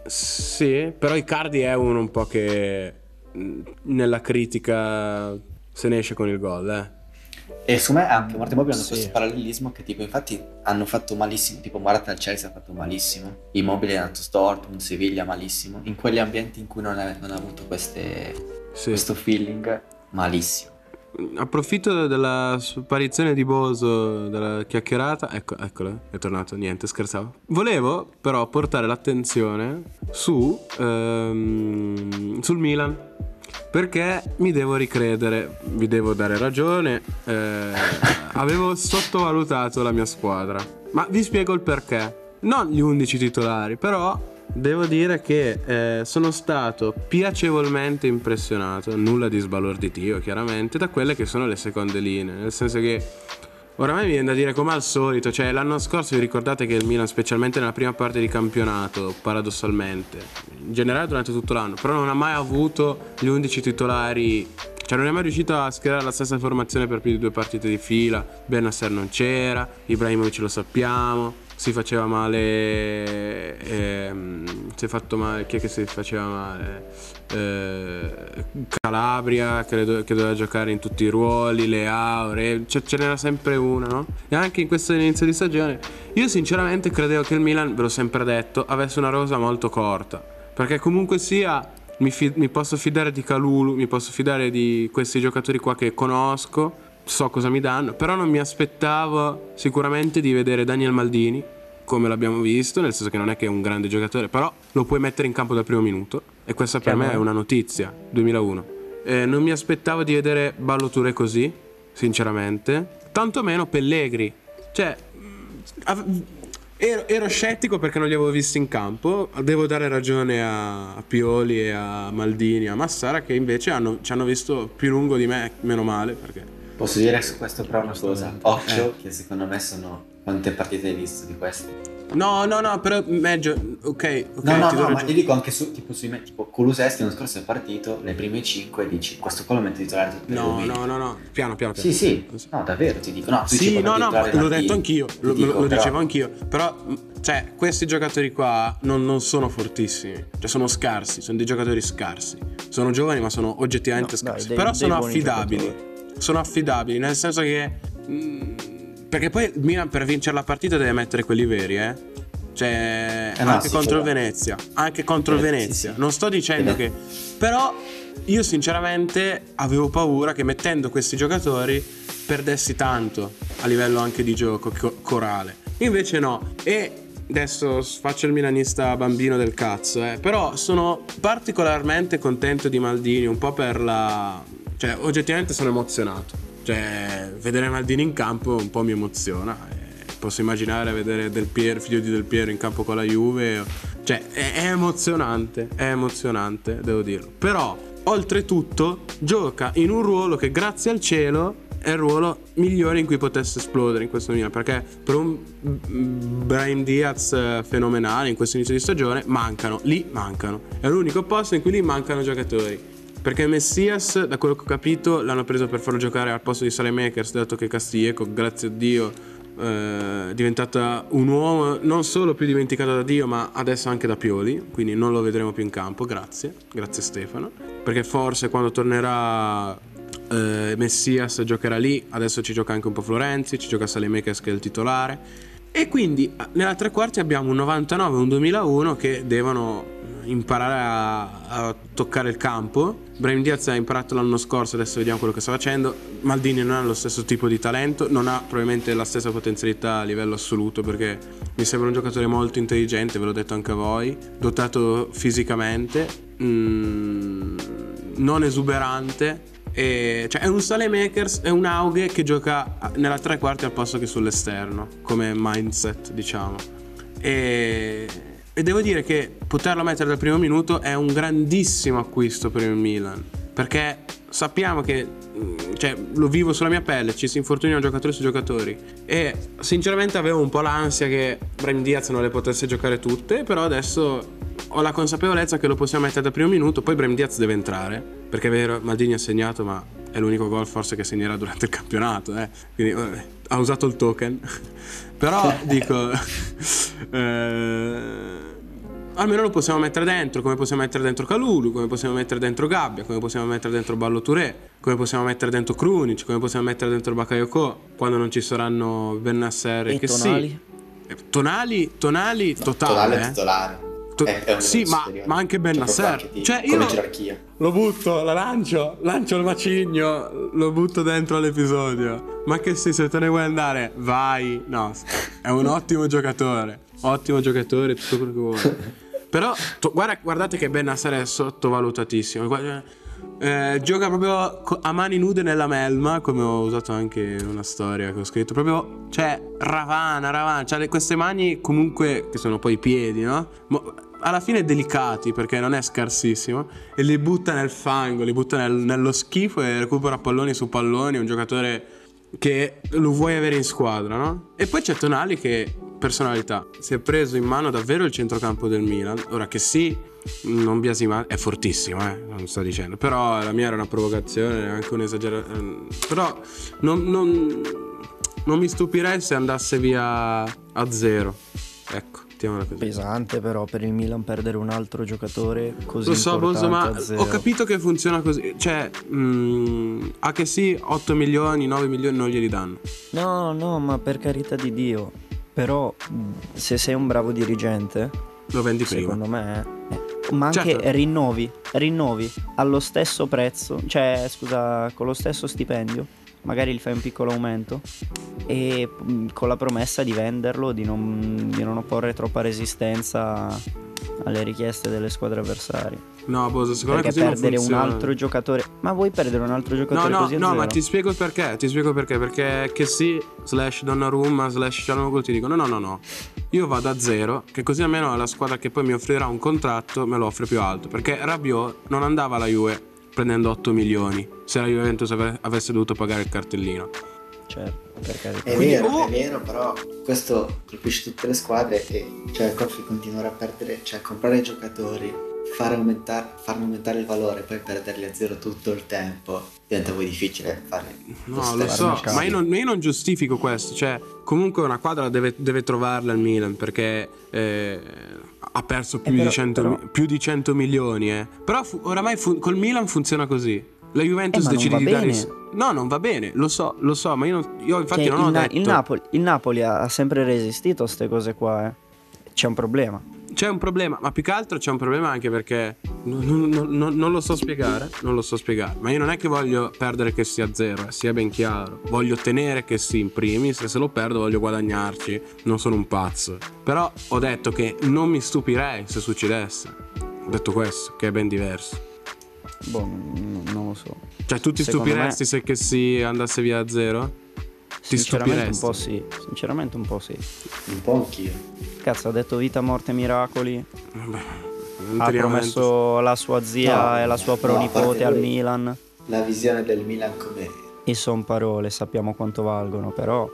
Sì, però Icardi è uno un po' che nella critica se ne esce con il gol, E secondo me anche Morata e Immobile hanno questo parallelismo che tipo infatti hanno fatto malissimo, tipo Morata al Chelsea ha fatto malissimo, Immobile è andato Dortmund, Siviglia malissimo, in quegli ambienti in cui non ha avuto questo feeling malissimo. Approfitto della sparizione di Boso, della chiacchierata, eccolo, è tornato, niente, scherzavo. Volevo però portare l'attenzione sul Milan, perché mi devo ricredere, vi devo dare ragione, avevo sottovalutato la mia squadra, ma vi spiego il perché. Non gli 11 titolari, però devo dire che sono stato piacevolmente impressionato, nulla di sbalorditivo chiaramente, da quelle che sono le seconde linee, nel senso che oramai mi viene da dire come al solito, cioè l'anno scorso vi ricordate che il Milan, specialmente nella prima parte di campionato, paradossalmente, in generale durante tutto l'anno, però non ha mai avuto gli 11 titolari, cioè non è mai riuscito a schierare la stessa formazione per più di 2 partite di fila. Bennacer non c'era, Ibrahimovic lo sappiamo, si faceva male, si è fatto male, chi è che si faceva male? Calabria che doveva giocare in tutti i ruoli, Leao, ce n'era sempre una, no? E anche in questo inizio di stagione io sinceramente credevo che il Milan, ve l'ho sempre detto, avesse una rosa molto corta, perché comunque sia mi posso fidare di Kalulu, mi posso fidare di questi giocatori qua che conosco, so cosa mi danno, però non mi aspettavo sicuramente di vedere Daniel Maldini come l'abbiamo visto, nel senso che non è che è un grande giocatore, però lo puoi mettere in campo dal primo minuto, e questa per me è una notizia. 2001. Non mi aspettavo di vedere Ballo Touré così, sinceramente, tantomeno Pellegrini, cioè ero scettico perché non li avevo visti in campo. Devo dare ragione a Pioli e a Maldini, a Massara, che invece ci hanno visto più lungo di me, meno male, perché posso dire su questo però una cosa, occhio che secondo me sono... Quante partite hai visto di queste? No, però meglio, ok. No, ma ti dico anche su tipo Kulusevski l'anno scorso è partito, le prime 5 e dici questo qua lo metti titolare tutte le domenica. No, piano. Sì, no davvero ti dico, l'ho detto anch'io, lo dicevo anch'io, però cioè questi giocatori qua non sono fortissimi, cioè sono scarsi, sono dei giocatori scarsi, sono giovani ma sono oggettivamente scarsi, però sono affidabili, nel senso che perché poi il Milan per vincere la partita deve mettere quelli veri, cioè anche contro il Venezia, Venezia. Non sto dicendo che, però io sinceramente avevo paura che mettendo questi giocatori perdessi tanto a livello anche di gioco corale, invece no. E adesso faccio il milanista bambino del cazzo, però sono particolarmente contento di Maldini, un po' per cioè oggettivamente sono emozionato. Cioè, vedere Maldini in campo un po' mi emoziona. Posso immaginare vedere figlio di Del Piero in campo con la Juve. Cioè, è emozionante, devo dirlo. Però, oltretutto, gioca in un ruolo che, grazie al cielo, è il ruolo migliore in cui potesse esplodere in questo Milan, perché per un Brahim Diaz fenomenale in questo inizio di stagione mancano. È l'unico posto in cui lì mancano giocatori. Perché Messias, da quello che ho capito, l'hanno preso per farlo giocare al posto di Saelemaekers, dato che Castillejo, grazie a Dio, è diventata un uomo non solo più dimenticato da Dio, ma adesso anche da Pioli, quindi non lo vedremo più in campo. Grazie Stefano, perché forse quando tornerà Messias giocherà lì. Adesso ci gioca anche un po' Florenzi, ci gioca Saelemaekers che è il titolare, e quindi nella tre quarti abbiamo un 99 e un 2001 che devono imparare a toccare il campo. Brahim Diaz ha imparato l'anno scorso, adesso vediamo quello che sta facendo. Maldini non ha lo stesso tipo di talento, non ha probabilmente la stessa potenzialità a livello assoluto, perché mi sembra un giocatore molto intelligente, ve l'ho detto anche a voi, dotato fisicamente, non esuberante, cioè è un Saelemaekers, è un Auge che gioca nella tre quarti al posto che sull'esterno come mindset, diciamo, e devo dire che poterlo mettere dal primo minuto è un grandissimo acquisto per il Milan, perché sappiamo che, cioè, lo vivo sulla mia pelle, ci si infortunano giocatori su giocatori, e sinceramente avevo un po' l'ansia che Brahim Diaz non le potesse giocare tutte, però adesso ho la consapevolezza che lo possiamo mettere dal primo minuto. Poi Brahim Diaz deve entrare, perché è vero, Maldini ha segnato, ma è l'unico gol forse che segnerà durante il campionato, quindi ha usato il token. Però dico almeno lo possiamo mettere dentro, come possiamo mettere dentro Kalulu, come possiamo mettere dentro Gabbia, come possiamo mettere dentro Ballo Touré, come possiamo mettere dentro Krunic, come possiamo mettere dentro Bakayoko quando non ci saranno Bennacer e che Tonali? Sì. Tonali totale. Tonali è titolare. Sì, ma anche Bennacer, cioè io come gerarchia lo butto, lancio il macigno, lo butto dentro all'episodio. Ma che sì, se te ne vuoi andare, vai. No, è un ottimo giocatore, tutto quello che vuoi. Però guardate che Bennacer è sottovalutatissimo. Gioca proprio a mani nude nella melma, come ho usato anche una storia che ho scritto, proprio, cioè ravana, cioè queste mani comunque che sono poi i piedi, no? Alla fine delicati, perché non è scarsissimo, e li butta nel fango, li butta nello schifo e recupera palloni su palloni. È un giocatore che lo vuoi avere in squadra, no? E poi c'è Tonali che, personalità, si è preso in mano davvero il centrocampo del Milan. Ora che sì, non biasimare, è fortissimo, non sto dicendo, però la mia era una provocazione, anche un'esagerazione, però non mi stupirei se andasse via a zero, ecco, mettiamola così. Pesante però per il Milan perdere un altro giocatore così lo so, importante ma a zero. ho capito che funziona così, cioè a che sì, 8 milioni, 9 milioni non glieli danno. No, ma per carità di Dio, però se sei un bravo dirigente lo vendi prima, secondo me ma anche certo. rinnovi allo stesso prezzo, cioè scusa, con lo stesso stipendio, magari gli fai un piccolo aumento e con la promessa di venderlo, di non opporre troppa resistenza alle richieste delle squadre avversarie. No, Bosa, secondo perché me così perdere non funziona. un altro giocatore, ma vuoi perdere un altro giocatore così a no, zero? ma ti spiego il perché, perché che sì / Donnarumma / Çalhanoğlu ti dicono no, io vado a zero, che così almeno la squadra che poi mi offrirà un contratto me lo offre più alto, perché Rabiot non andava alla Juve prendendo 8 milioni se la Juventus avesse dovuto pagare il cartellino. Certo, per carità. È vero, però questo colpisce tutte le squadre, e cioè Coffi continuerà a perdere, cioè comprare giocatori, farne aumentare il valore, poi perderli a zero tutto il tempo, diventa poi difficile fare. No, lo so, ma io non giustifico questo, cioè comunque una quadra deve trovarla il Milan, perché ha perso più di 100 milioni, però oramai col Milan funziona così. La Juventus decide di dare. No, non va bene, lo so, ma io infatti non ho detto. Il Napoli ha sempre resistito a queste cose qua, C'è un problema. c'è un problema, ma più che altro c'è un problema anche perché non lo so spiegare, ma io non è che voglio perdere che sia zero, sia ben chiaro, voglio ottenere che sì in primis, e se lo perdo voglio guadagnarci, non sono un pazzo. Però ho detto che non mi stupirei se succedesse, ho detto questo, che è ben diverso. Boh, non lo so. Cioè tu ti stupiresti se che si andasse via a zero? Ti stupiresti? Sinceramente un po' sì. Un po' anch'io. Cazzo, ha detto vita, morte, miracoli. Vabbè, Ha promesso la sua zia e la sua pronipote al Milan. La visione del Milan come... E son parole, sappiamo quanto valgono, però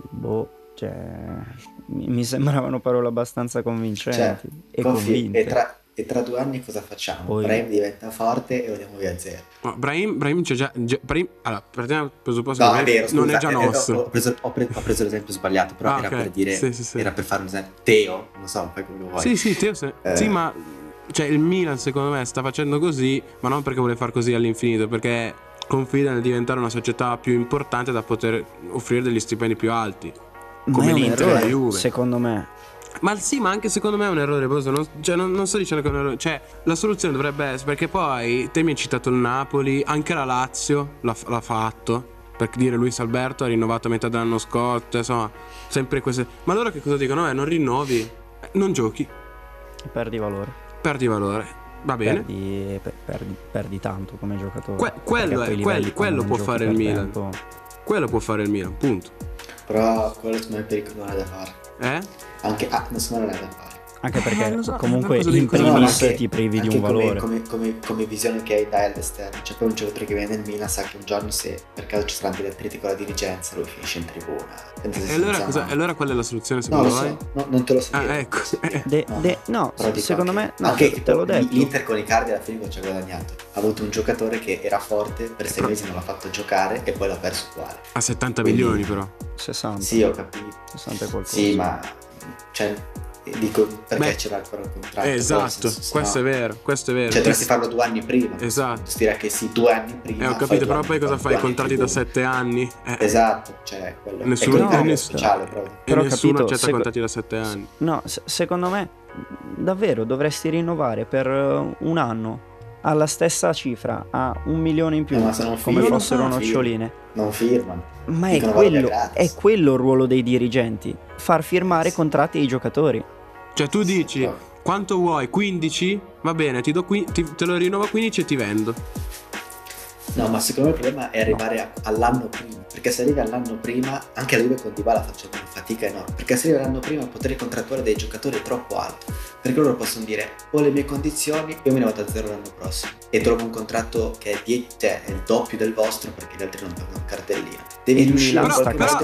mi sembravano parole abbastanza convincenti e convinte. E tra 2 anni cosa facciamo? Poi... Brahim diventa forte e andiamo via a zero. No, Brahim c'è già Brahim, allora, partiamo dal presupposto No, che è vero, scusa, non è già nostro. Ho preso l'esempio sbagliato, però era per dire, sì. era per fare un esempio. Teo, non so, fai come lo vuoi. Sì, Teo, sì, ma cioè il Milan secondo me sta facendo così, ma non perché vuole far così all'infinito, perché confida nel diventare una società più importante da poter offrire degli stipendi più alti, come l'Inter e la Juve. Secondo me. Ma sì, ma anche secondo me è un errore, non sto dicendo che è un errore. Cioè, la soluzione dovrebbe essere, perché poi te mi hai citato il Napoli, anche la Lazio l'ha fatto, per dire Luis Alberto ha rinnovato a metà dell'anno scorso, insomma, sempre queste. Ma allora che cosa dicono? Non rinnovi, non giochi, perdi valore, va bene, perdi tanto come giocatore. Quello può fare il Milan, quello può fare il Milan, punto. Però quello secondo me è pericolare da fare. Anche non secondo me non è da fare. Anche perché comunque in primis ti privi di un valore. Come visione che hai dall'esterno. C'è poi un giocatore che viene nel Milan, sa che un giorno, se per caso ci saranno degli attriti con la dirigenza, lui finisce in tribuna. E allora qual è la soluzione secondo voi? No, non te lo so. Ecco. No, secondo me no, anche te l'ho detto. L'Inter con Icardi alla fine non ci ha guadagnato. Ha avuto un giocatore che era forte, per 6 mesi non l'ha fatto giocare e poi l'ha perso uguale. A 70 milioni però. 60. Sì, ho capito. 60 e qualcosa. Sì, ma dico perché c'era ancora il contratto. Esatto, questo è vero. Cioè dovresti farlo 2 anni prima. Esatto. Direi che sì, 2 anni prima. Ho capito, però poi cosa fai? Contratti da 7 anni? Esatto, cioè quello nessuno è speciale proprio. Però nessuno accetta contratti da 7 anni. No, secondo me davvero dovresti rinnovare per un anno alla stessa cifra, a 1 milione in più, come fossero noccioline. Non firmano. Ma è quello il ruolo dei dirigenti, far firmare contratti ai giocatori. Cioè tu dici quanto vuoi? 15? Va bene, te lo rinnovo a 15 e ti vendo. No, ma secondo me il problema è arrivare all'anno prima, perché se arrivi all'anno prima, anche la Juve con Dybala facendo una fatica enorme, perché se arrivi all'anno prima il potere contrattuale dei giocatori è troppo alto, perché loro possono dire ho le mie condizioni, io me ne vado a zero l'anno prossimo e trovo un contratto che è il doppio del vostro, perché gli altri non pagano un cartellino. Devi riuscire a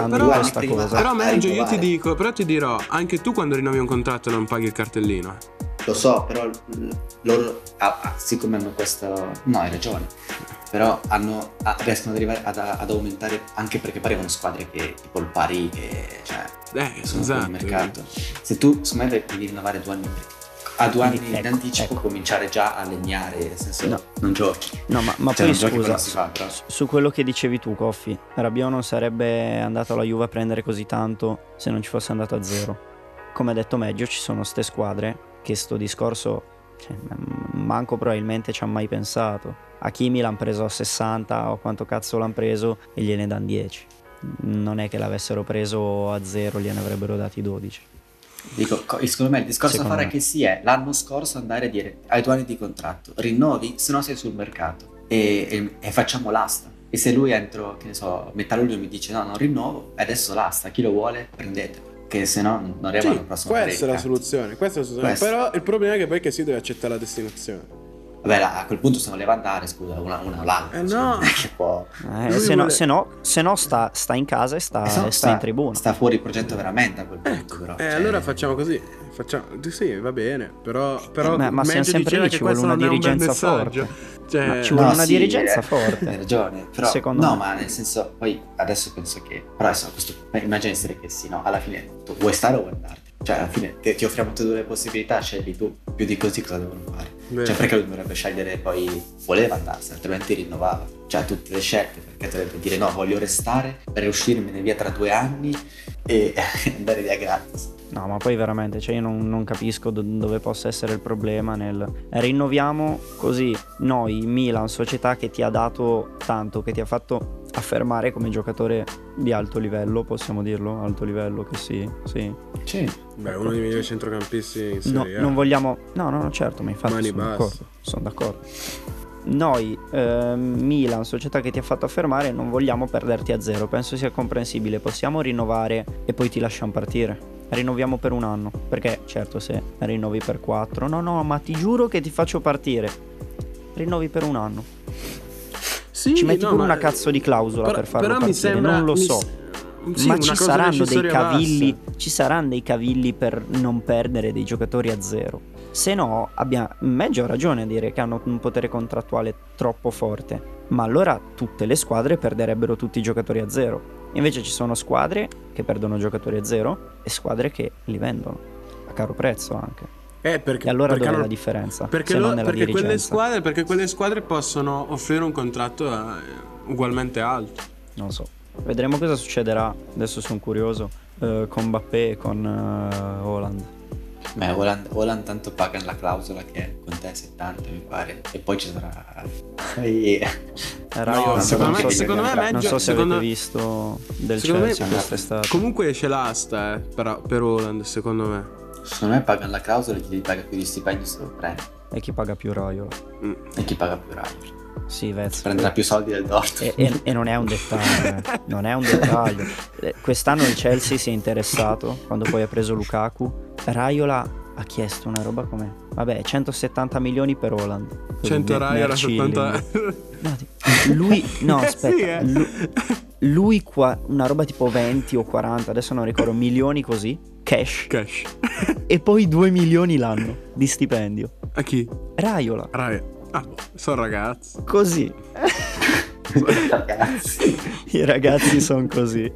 però Mangio, io ti dico, però ti dirò, anche tu quando rinnovi un contratto non paghi il cartellino. Lo so, però loro siccome hanno questo, no, hai ragione, però riescono ad arrivare ad aumentare, anche perché parevano squadre che tipo il Paris, che sono esatto, fuori mercato. Se tu secondo me devi rinnovare 2 anni a 2 anni in anticipo, cominciare già a legnare, nel senso non giochi. No, ma poi scusa, su quello che dicevi tu, Coffi, Rabiot non sarebbe andato alla Juve a prendere così tanto se non ci fosse andato a zero. Come ha detto Meggio, ci sono ste squadre che sto discorso manco probabilmente ci ha mai pensato. Hakimi l'hanno preso a 60 o quanto cazzo l'hanno preso e gliene danno 10. Non è che l'avessero preso a zero, gliene avrebbero dati 12. Dico, secondo me il discorso da fare è che sì, è l'anno scorso andare a dire hai 2 anni di contratto, rinnovi, se no sei sul mercato e facciamo l'asta. E se lui entro, che ne so, metà luglio mi dice no, non rinnovo, adesso l'asta, chi lo vuole prendetelo, che se no non arriva al prossimo. Questa è la soluzione. Però il problema è che poi che si deve accettare la destinazione. Vabbè, a quel punto se non deve andare, scusa, una o l'altra. No. Che può... se no sta in casa e sta in tribuna. Sta fuori il progetto veramente a quel punto, però. Allora facciamo così. Sì, va bene, però ma siamo sempre lì, ci vuole una dirigenza forte. Ci vuole una dirigenza forte. Hai ragione, però secondo me. Ma nel senso, poi adesso penso che però adesso immagina essere che sì, no, alla fine tu vuoi stare o vuoi andarti? Cioè alla fine ti offriamo tutte e 2 le possibilità, scegli tu, più di così cosa devono fare? Cioè perché lui dovrebbe scegliere, poi voleva andarsene, altrimenti rinnovava. Cioè tutte le scelte, perché dovrebbe dire no, voglio restare per uscirmene via tra 2 anni e andare via gratis. No, ma poi veramente, cioè io non capisco dove possa essere il problema nel rinnoviamo così noi, Milan, società che ti ha dato tanto, che ti ha fatto affermare come giocatore di alto livello, possiamo dirlo, alto livello che sì. Beh, uno dei migliori centrocampisti in Serie A. Non vogliamo, no, certo, ma infatti sono d'accordo. Noi, Milan, società che ti ha fatto affermare, non vogliamo perderti a zero, penso sia comprensibile, possiamo rinnovare e poi ti lasciamo partire. Rinnoviamo per un anno, perché certo se rinnovi per 4, no, ma ti giuro che ti faccio partire. Rinnovi per un anno. Sì, ci metti pure una cazzo di clausola per farlo partire, mi sembra, non lo so. Sì, ma ci saranno dei cavilli per non perdere dei giocatori a zero. Se no, Meggio ha ragione a dire che hanno un potere contrattuale troppo forte, ma allora tutte le squadre perderebbero tutti i giocatori a zero. Invece ci sono squadre che perdono giocatori a zero e squadre che li vendono a caro prezzo anche. E allora dov'è la differenza? Perché quelle squadre possono offrire un contratto ugualmente alto. Non so. Vedremo cosa succederà. Adesso sono curioso con Mbappé e con Haaland. Beh, Haaland tanto paga la clausola che con te 70 mi pare. E poi ci sarà secondo me meglio. Non so se avete visto del Chelsea quest'estate. Comunque esce l'asta per Haaland, secondo me. Secondo me pagano la clausola e chi gli paga più di stipendio se lo prende. E chi paga più Raiola. Sì, Vezzo. Prenderà più soldi del Dortmund. E non è un dettaglio. Non è un dettaglio. Quest'anno il Chelsea si è interessato quando poi ha preso Lukaku. Raiola ha chiesto una roba come 170 milioni per Haaland. 100 Raiola, 70. Aspetta. Lui qua una roba tipo 20 o 40, adesso non ricordo, milioni così, cash. E poi 2 milioni l'anno di stipendio. A chi? Raiola. Sono ragazzi. Così. I ragazzi sono così.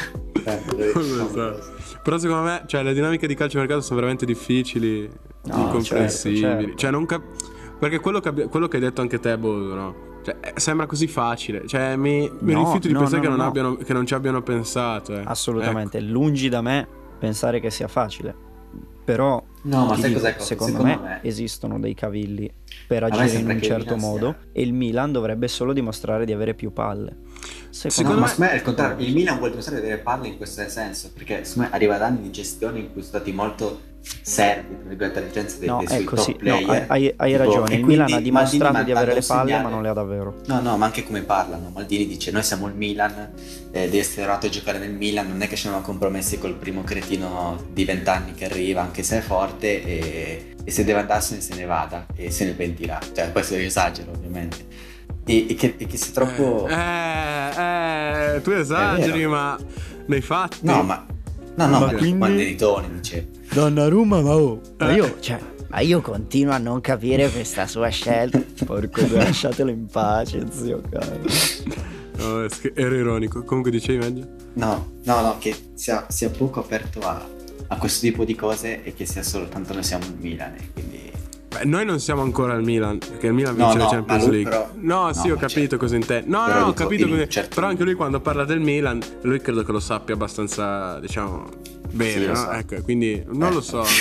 Però secondo me, cioè, le dinamiche di calciomercato sono veramente difficili, incomprensibili. Certo. Cioè, perché quello che hai detto anche te, Bodo, no? Cioè, sembra così facile. Cioè, mi rifiuto di pensare che non ci abbiano pensato. Assolutamente, ecco. Lungi da me pensare che sia facile. Però secondo me esistono dei cavilli per agire in un certo modo e il Milan dovrebbe solo dimostrare di avere più palle. Secondo me è il contrario, il Milan vuole dimostrare di avere palle in questo senso, perché secondo me arriva da anni di gestione in cui sono stati molto servi, tra virgolette, a differenza dei suoi top player. Hai ragione, il Milan ha dimostrato di avere le palle, ma non le ha davvero. No, ma anche come parlano. Maldini dice: noi siamo il Milan, devi essere arrivato a giocare nel Milan, non è che ci siamo compromessi col primo cretino di 20 anni che arriva, anche se è forte, e se deve andarsene se ne vada e se ne pentirà. Cioè, questo io esagero ovviamente. E che sei troppo tu esageri, ma nei fatti ma quindi Manderitone dice Donnarumma, ma io continuo a non capire questa sua scelta. Porco Dio, lasciatelo in pace, zio caro. No, ero ironico. Comunque dicevi meglio? No, che sia poco aperto a questo tipo di cose e che sia soltanto noi siamo il Milan e quindi... Beh, noi non siamo ancora al Milan, perché il Milan vince la Champions League. Ho capito cosa intende. Ho capito così. Però anche lui quando parla del Milan, lui credo che lo sappia abbastanza, diciamo, bene, no? So. Ecco, quindi non lo so.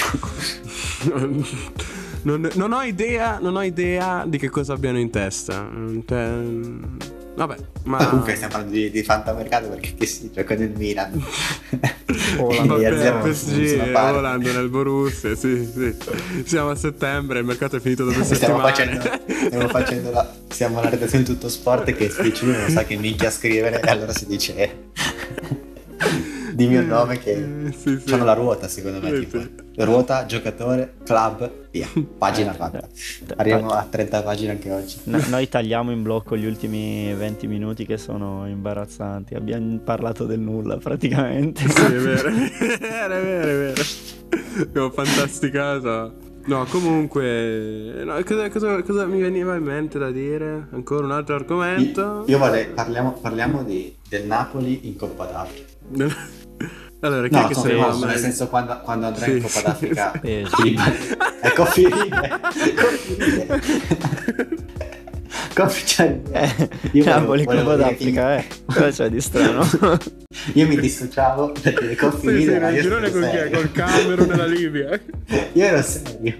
non ho idea di che cosa abbiano in testa. Vabbè, ma comunque stiamo parlando di fantamercato perché si gioca nel Milan. PSG, Haaland nel Borussia, sì. Siamo a settembre, il mercato è finito da 2 settimane. Siamo alla redazione Tutto Sport che Spiccioli non sa che minchia scrivere e allora si dice dimmi un nome che fanno la ruota, secondo me, tipo ruota, giocatore, club, via, pagina fatta. Arriviamo a 30 pagine anche oggi. Noi tagliamo in blocco gli ultimi 20 minuti che sono imbarazzanti. Abbiamo parlato del nulla praticamente. Sì, è vero. Abbiamo fantasticato. No, comunque, cosa mi veniva in mente da dire? Ancora un altro argomento? Io parliamo del Napoli in Coppa d'Africa. Allora, chi è che sei? Nel senso, quando andrà in Coppa d'Africa ecco Firile Cioè, Napoli Coppa d'Africa, cosa c'è di strano? Io mi dissociavo perché le coppie Sì, leader, nel io girone stavo con chi è? serio. Col Camerun e la Libia. Io ero serio.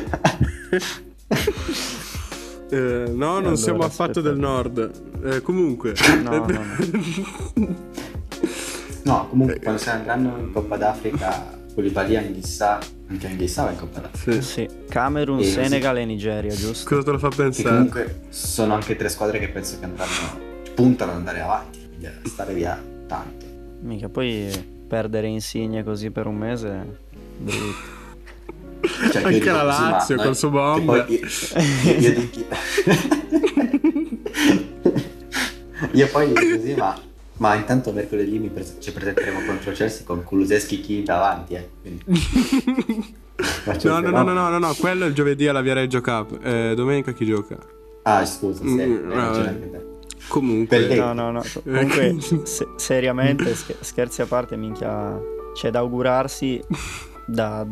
No, non allora, siamo affatto aspetta. del nord. Comunque. No. No, comunque quando se ne andranno in Coppa d'Africa, Koulibaly, Anghissà, anche Anghissà va in Coppa d'Africa. Sì, Camerun, E- Senegal e Nigeria, giusto? Cosa te lo fa Che pensare? comunque sono anche 3 squadre che penso che puntano ad andare avanti, quindi a stare via tanto. Mica poi perdere Insigne così per un mese, brutto. Cioè, che Anche io dico la così, ma Lazio noi- col suo che bomb. poi io dico io poi dico così, ma intanto mercoledì ci presenteremo contro Chelsea con Kulusevski chi davanti, quindi faccio il fenomeno. No, quello è il giovedì alla Viareggio Cup. Domenica chi gioca? Ah, scusa, sì, hai ragione vabbè. anche te. Comunque. Pellegrini. No. Comunque, seriamente, scherzi a parte, minchia, c'è da augurarsi da...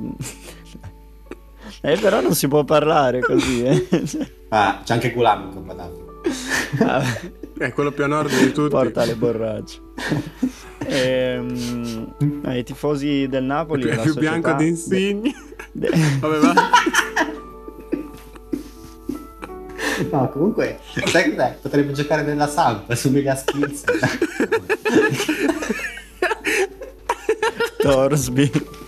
però non si può parlare così, Ah, c'è anche Gulam in Coppa d'Africa. È quello più a nord di tutti. Porta le borracce. I tifosi del Napoli e la più società bianco di Insigne. de- Vabbè, va. No, comunque, sai cos'è? Potrebbe giocare nella Samp, somiglia a Skills. Torsby.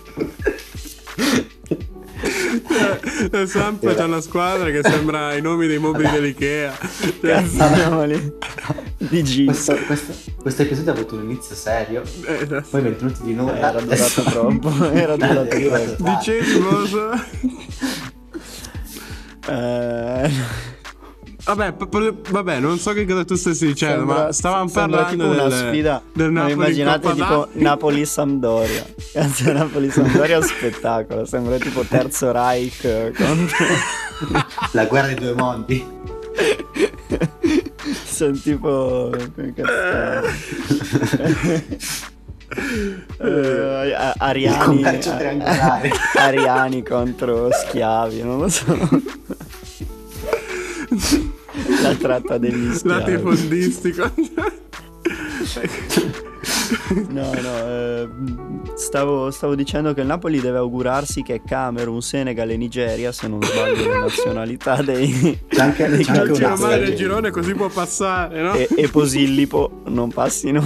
Samp c'è una squadra che sembra i nomi dei mobili dell'Ikea. Cazzo, Napoli. Di G. Questo episodio ha avuto un inizio serio, poi 20 minuti di nulla. Era durato troppo. Era durato troppo. Dicesimo. Vabbè, non so che cosa tu stessi dicendo, ma stavamo sembra parlando tipo una sfida. del Non Napoli in immaginate Coppa tipo d'Africa. Napoli-Sampdoria. Cazzo, Napoli-Sampdoria è un spettacolo. Sembra tipo Terzo Reich contro... La guerra dei due mondi. Sono tipo... come cazzo Il Ariani. commercio triangolare. Ariani contro schiavi, non lo so. La tratta degli schiavi. Latifondistico. Stavo dicendo che il Napoli deve augurarsi che Camerun, Senegal e Nigeria, se non sbaglio le nazionalità dei C'è anche dei un Meno altro male del genere. girone così può passare, no? e Posillipo non passino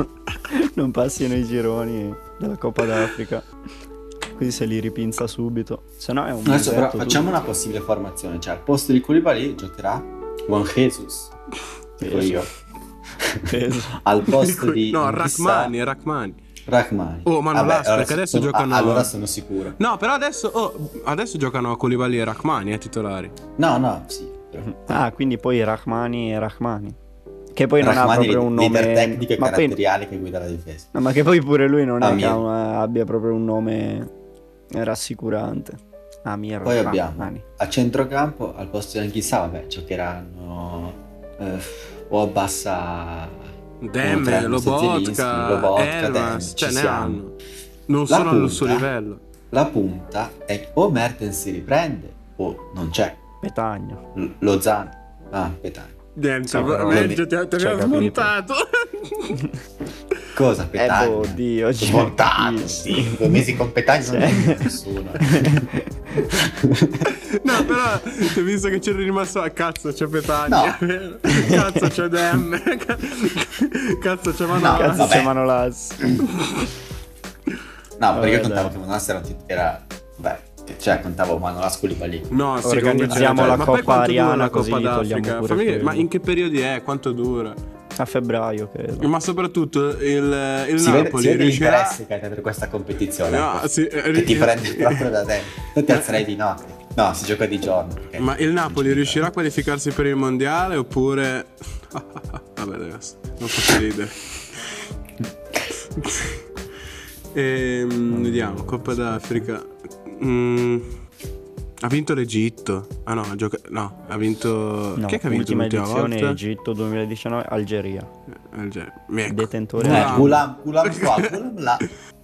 i gironi della Coppa d'Africa. Così se li ripinza subito. Se no è un Adesso però musetto facciamo tutto. una possibile formazione, cioè al posto di Koulibaly giocherà Juan Jesus, dico io. Peso. Al posto di No, Anghissà, Rachmani. Rachmani. Oh, ma non Vabbè, basta, perché adesso giocano- Allora sono sicuro. No, però adesso giocano Koulibaly e Rachmani, titolari. No, sì. Ah, quindi poi Rachmani e Rachmani. Che poi non ha Rachmani, proprio un leader nome. tecnico e Ma poi, caratteriale che guida la difesa. no, ma che poi pure lui non è che Amir. abbia proprio un nome rassicurante. Amir Poi Rachmani. abbiamo a centrocampo al posto di Anghissà, vabbè, giocheranno o abbassa Demme, Lobotka, Elmas, ce ne hanno. Non La sono al punta. suo livello. La punta è o Mertens si riprende o non c'è. Petagno. Lozano. Ah, Petagno. Niente, No, però peggio ti c'è abbiamo capito. smontato. Cosa Petagno? Oddio, cioè, Smontato, sì. sì. 2 mesi con Petagno non c'è nessuno. No, però visto che c'era rimasto cazzo c'è Petagno. No. Cazzo c'è Demme. Cazzo c'è Manolas. Cazzo, vabbè. c'è Manolas. No, perché io Vabbè, contavo dai. che Manolas era vabbè, cioè contavo Manolas Koulibaly. No, sì, Organizziamo comunque, la ma Coppa poi quanto dura Ariana, la così Coppa li togliamo d'Africa? pure Fammi dire, quello. ma in che periodi è? Quanto dura? A febbraio, credo. Ma soprattutto il Si Napoli vede riuscirà. l'interesse che hai per questa competizione. No, ecco, sì, che ti prende proprio da te. Tu ti alzerai di notte. No, si gioca di giorno. ok. Ma il Napoli riuscirà a qualificarsi per il mondiale oppure. Vabbè, adesso non posso ridere. Vediamo, Coppa d'Africa. Ha vinto l'Egitto. Ah no, ha vinto. No, Chi è che ha vinto ultima l'ultima edizione volta? Egitto 2019, Algeria. Ecco. Detentore Gulam qua, Gulam là.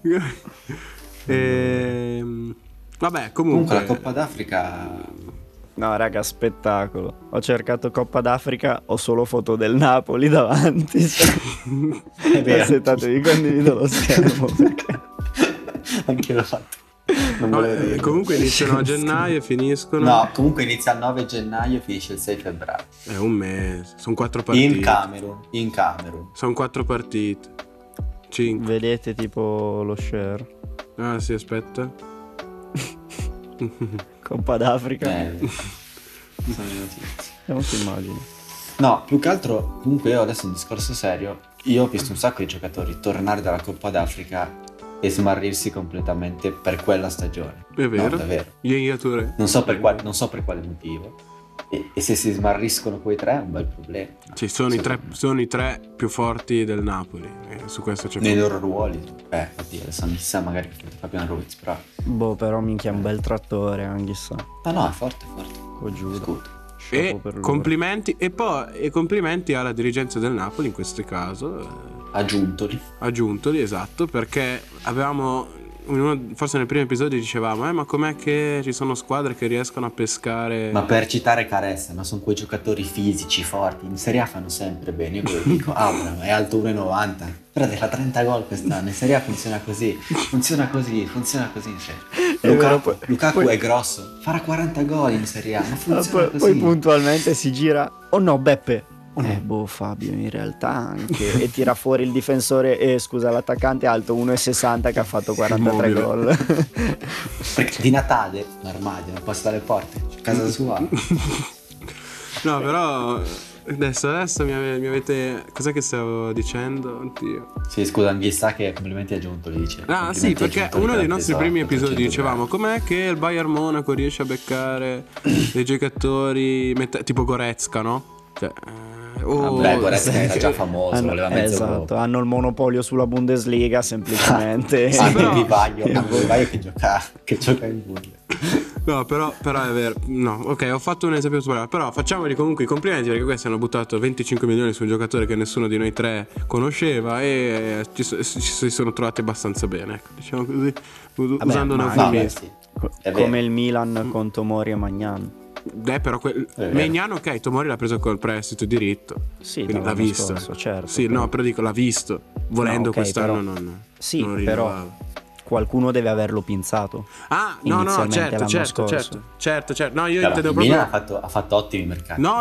Vabbè, Comunque comunque. la Coppa d'Africa No, raga, spettacolo. Ho cercato Coppa d'Africa, ho solo foto del Napoli davanti. È vero. Aspettatevi, condivido lo schermo. Perché... Anche l'ho fatto. Non No, volevo dirlo. comunque iniziano a gennaio e finiscono. No, comunque inizia il 9 gennaio e finisce il 6 febbraio. È un mese. Sono 4 partite. In Camerun. Sono 4 partite. 5. Vedete tipo lo share. Ah sì, aspetta. Coppa d'Africa. Sono le notizie. Vediamo su immagini. No, più che altro, comunque io adesso un discorso serio, io ho visto un sacco di giocatori tornare dalla Coppa d'Africa e smarrirsi completamente per quella stagione. È vero? No, davvero. Io Touré. Non so per quale motivo. E se si smarriscono quei tre è un bel problema. Sì, sono i tre più forti del Napoli. Su questo c'è Nei loro ruoli. Oddio, adesso non chissà magari che Fabian Ruiz, però. Boh, però minchia, un bel trattore, anch'issa. No, è forte. Lo giuro. Scusa. E Chapeau per loro. complimenti e complimenti alla dirigenza del Napoli in questo caso. Aggiuntoli, esatto, perché avevamo forse nel primo episodio dicevamo ma com'è che ci sono squadre che riescono a pescare. Ma per citare Caressa, ma sono quei giocatori fisici forti, in Serie A fanno sempre bene. Io ve lo dico, Abraham è alto 1,90, però fa 30 gol quest'anno. In Serie A funziona così in Serie. Lukaku è grosso, farà 40 gol in Serie A, ma funziona così. Poi puntualmente si gira. Oh no, Beppe. Boh, Fabio, in realtà anche. E tira fuori il difensore, l'attaccante alto 1,60 che ha fatto 43 gol. Perché di Natale, normale, non passa dalle porte, c'è casa sua. No, però adesso mi avete. Cos'è che stavo dicendo? Oddio. Sì, scusa, Anghissà che complimenti a Giuntoli, dice. Ah sì, perché uno dei nostri primi episodi dicevamo com'è che il Bayern Monaco riesce a beccare dei giocatori tipo Goretzka, no? Cioè vabbè, Goretzka era già famoso, voleva mezzo esatto, Europa. hanno il monopolio sulla Bundesliga semplicemente. Anche Vivaglio che gioca in Bundesliga. No, però è vero. No, ok, ho fatto un esempio sbagliato. Però facciamogli comunque i complimenti, perché questi hanno buttato 25 milioni su un giocatore che nessuno di noi tre conosceva e ci si sono trovati abbastanza bene, ecco, diciamo così, usando un eufemismo. Come il Milan con Tomori e Magnan. Però Maignan, ok, Tomori l'ha preso col prestito diritto. Sì, l'ha visto. Scorso, certo. Sì, però... no, però dico, l'ha visto. Volendo okay, quest'anno però... non. Sì, non però qualcuno deve averlo pinzato. Ah, no, certo. No, io intendevo proprio. Ha fatto ottimi mercati. No.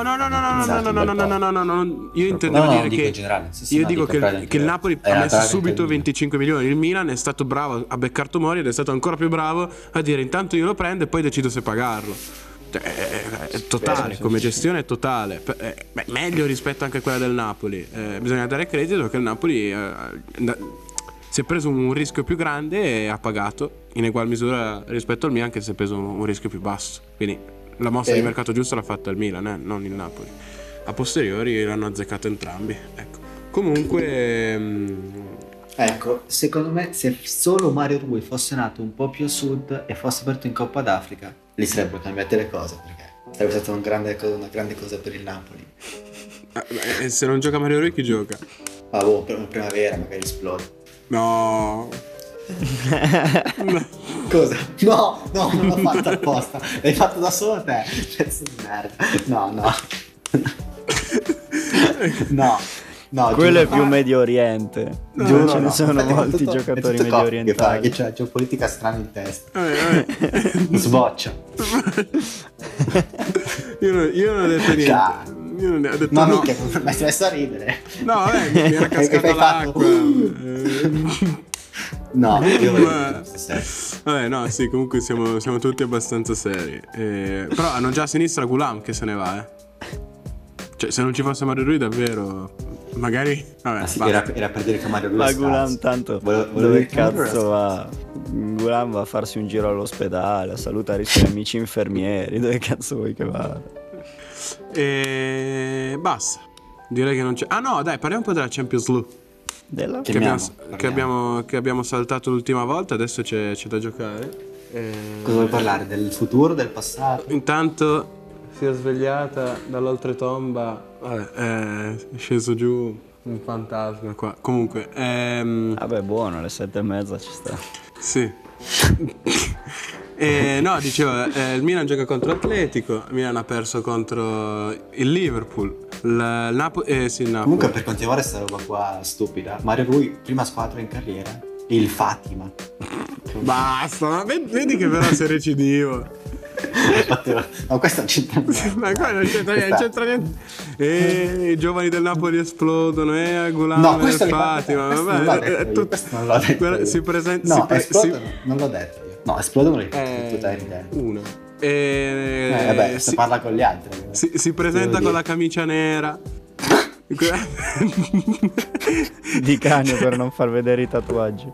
Io intendevo dire che. In generale, io dico che il Napoli ha messo subito 25 milioni. Il Milan è stato bravo a beccare Tomori ed è stato ancora più bravo a dire intanto io lo prendo e poi decido se pagarlo. È totale, come gestione è totale. Meglio rispetto anche a quella del Napoli. Bisogna dare credito che il Napoli si è preso un rischio più grande e ha pagato in egual misura rispetto al Milan che si è preso un rischio più basso. Quindi la mossa di mercato giusta l'ha fatta il Milan, non il Napoli. A posteriori l'hanno azzeccato entrambi. Ecco. Comunque ecco, secondo me se solo Mario Rui fosse nato un po' più a sud e fosse aperto in Coppa d'Africa, gli sarebbero cambiate le cose, perché sarebbe stata una grande cosa per il Napoli. Se non gioca Mario Rui, chi gioca? Ah, boh, per una primavera magari esplode. No. Cosa? No, non l'ho fatto apposta. L'hai fatto da solo te. Pezzo di merda. No, quello è più Medio Oriente. Giuro, ce ne sono molti tutto, giocatori medio orientali che c'è geopolitica strana in testa. Sboccia. Io non ho detto niente. Io non ho detto ma no. mica, mi hai messo a ridere. No, vabbè, mi era cascata l'acqua. No, io vabbè, no, sì, comunque siamo tutti abbastanza seri. Però hanno già a sinistra Gulam che se ne va, Cioè, se non ci fosse Mario Rui davvero, magari. Vabbè, sì, era per dire che Mario Rui ma Gulam tanto dove cazzo va? Gulam va a farsi un giro all'ospedale, a salutare i suoi amici infermieri. Dove cazzo vuoi che vada? E basta. Direi che non c'è. Ah no, dai, parliamo un po' della Champions League. Che abbiamo saltato l'ultima volta. Adesso c'è da giocare. Cosa vuoi parlare? Del futuro, del passato? Intanto si è svegliata dall'oltretomba. È sceso giù un fantasma qua. Comunque vabbè, buono, alle 7:30 ci sta. Sì. No, dicevo, il Milan gioca contro l'Atletico, il Milan ha perso contro il Liverpool, il Napoli, sì, il Napoli. Comunque, per continuare questa roba qua stupida, Mario Rui, prima squadra in carriera, il Fatima. Basta, ma vedi che però sei recidivo. No, questo non c'entra niente. Ma qua non c'entra niente. I giovani del Napoli esplodono, Gulam, No, questo Fatima. questo non l'ho detto io, questo non l'ho detto io. Si presenta. No, esplodono, non l'ho detto io. No, esplodono le tutta evidente. Uno. Vabbè, se parla con gli altri. Si presenta con la camicia nera. Di cranio per non far vedere i tatuaggi.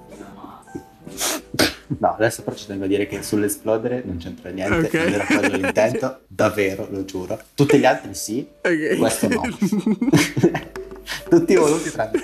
No, adesso però ci tengo a dire che sull'esplodere non c'entra niente. Okay. Non era quello l'intento, davvero, lo giuro. Tutti gli altri sì, Okay. questo no. Tutti voluti tranne.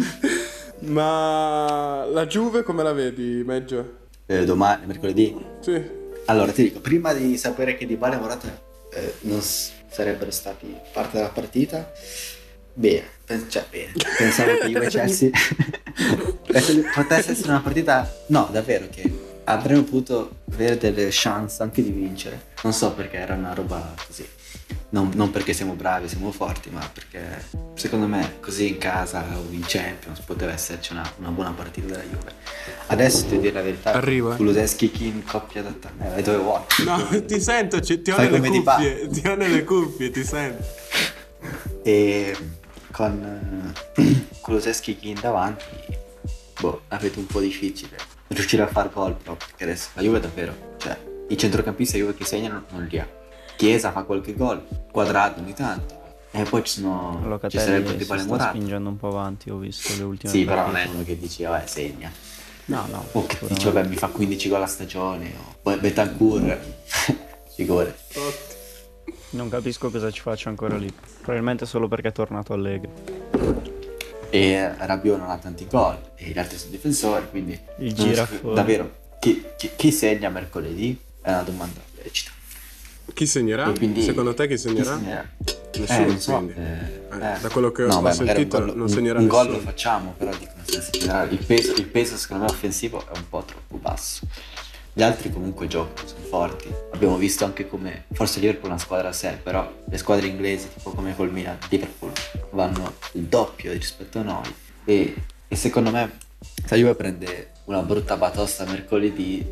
Ma la Juve come la vedi, Meggio? Domani, mercoledì. Sì. Allora, ti dico, prima di sapere che Dybala e Morata non sarebbero stati parte della partita, bene, pensavo che Juve e Chelsea potesse essere una partita, no, davvero, che avremmo potuto avere delle chance anche di vincere. Non so perché era una roba così, non perché siamo bravi, siamo forti, ma perché secondo me così in casa o in Champions poteva esserci una buona partita della Juve. Adesso ti devo dire la verità, Arrivo, Kulusevski in coppia d'attacco, dove vuoi? No, ti sento, ti ho Fai nelle come cuffie, ti ho nelle cuffie, ti sento. E con Kulusevski in davanti, avete un po' difficile riuscire a far gol proprio, perché adesso la Juve davvero, cioè i centrocampisti Juve che segnano non li ha. Chiesa fa qualche gol, Quadrato ogni tanto, e poi ci sarebbe Dybala e sta Morata. spingendo un po' avanti, ho visto le ultime Sì, partite. però non è uno che dice vabbè segna, No, o che dice vabbè mi fa 15 gol a stagione, o poi Bentancur figure. non capisco cosa ci faccia ancora lì. Probabilmente solo perché è tornato Allegri. E Rabiot non ha tanti gol e gli altri sono difensori, quindi Il girafone. davvero chi segna mercoledì è una domanda lecita. Chi segnerà? E quindi, Secondo te chi segnerà? Nessuno, non so, quindi. Da quello che ho sentito non segnerà un nessuno. gol lo facciamo, però dico nel senso generale, il peso secondo me offensivo è un po' troppo basso. Gli altri comunque giocano, sono forti. Abbiamo visto anche come, forse Liverpool è una squadra a sé, però le squadre inglesi, tipo come col Milan, Liverpool, vanno il doppio rispetto a noi. E secondo me, se la Juve prende una brutta batosta mercoledì,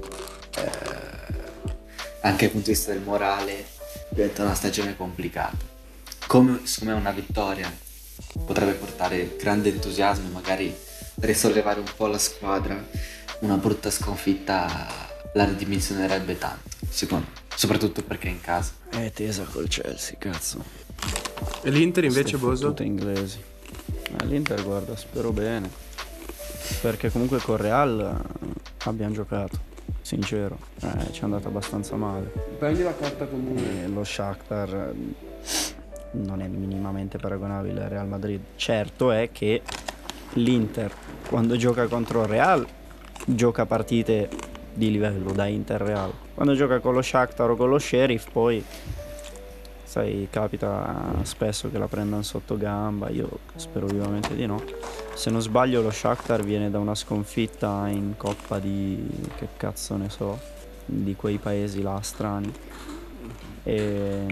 anche dal punto di vista del morale, diventa una stagione complicata. Come secondo me una vittoria potrebbe portare grande entusiasmo e magari risollevare un po' la squadra, una brutta sconfitta la ridimensionerebbe tanto, secondo me, soprattutto perché è in casa. È tesa col Chelsea, cazzo. E l'Inter invece, Boso? Tutte inglesi. L'Inter, guarda, spero bene. Perché comunque con Real abbiamo giocato, sincero. Ci è andata abbastanza male. Prendi la carta comune. E lo Shakhtar non è minimamente paragonabile al Real Madrid. Certo è che l'Inter, quando gioca contro il Real, gioca partite di livello da Inter-Real. Quando gioca con lo Shakhtar o con lo Sheriff, poi sai, capita spesso che la prendano sotto gamba. Io spero vivamente di no. Se non sbaglio lo Shakhtar viene da una sconfitta in coppa di, che cazzo ne so, di quei paesi là strani, e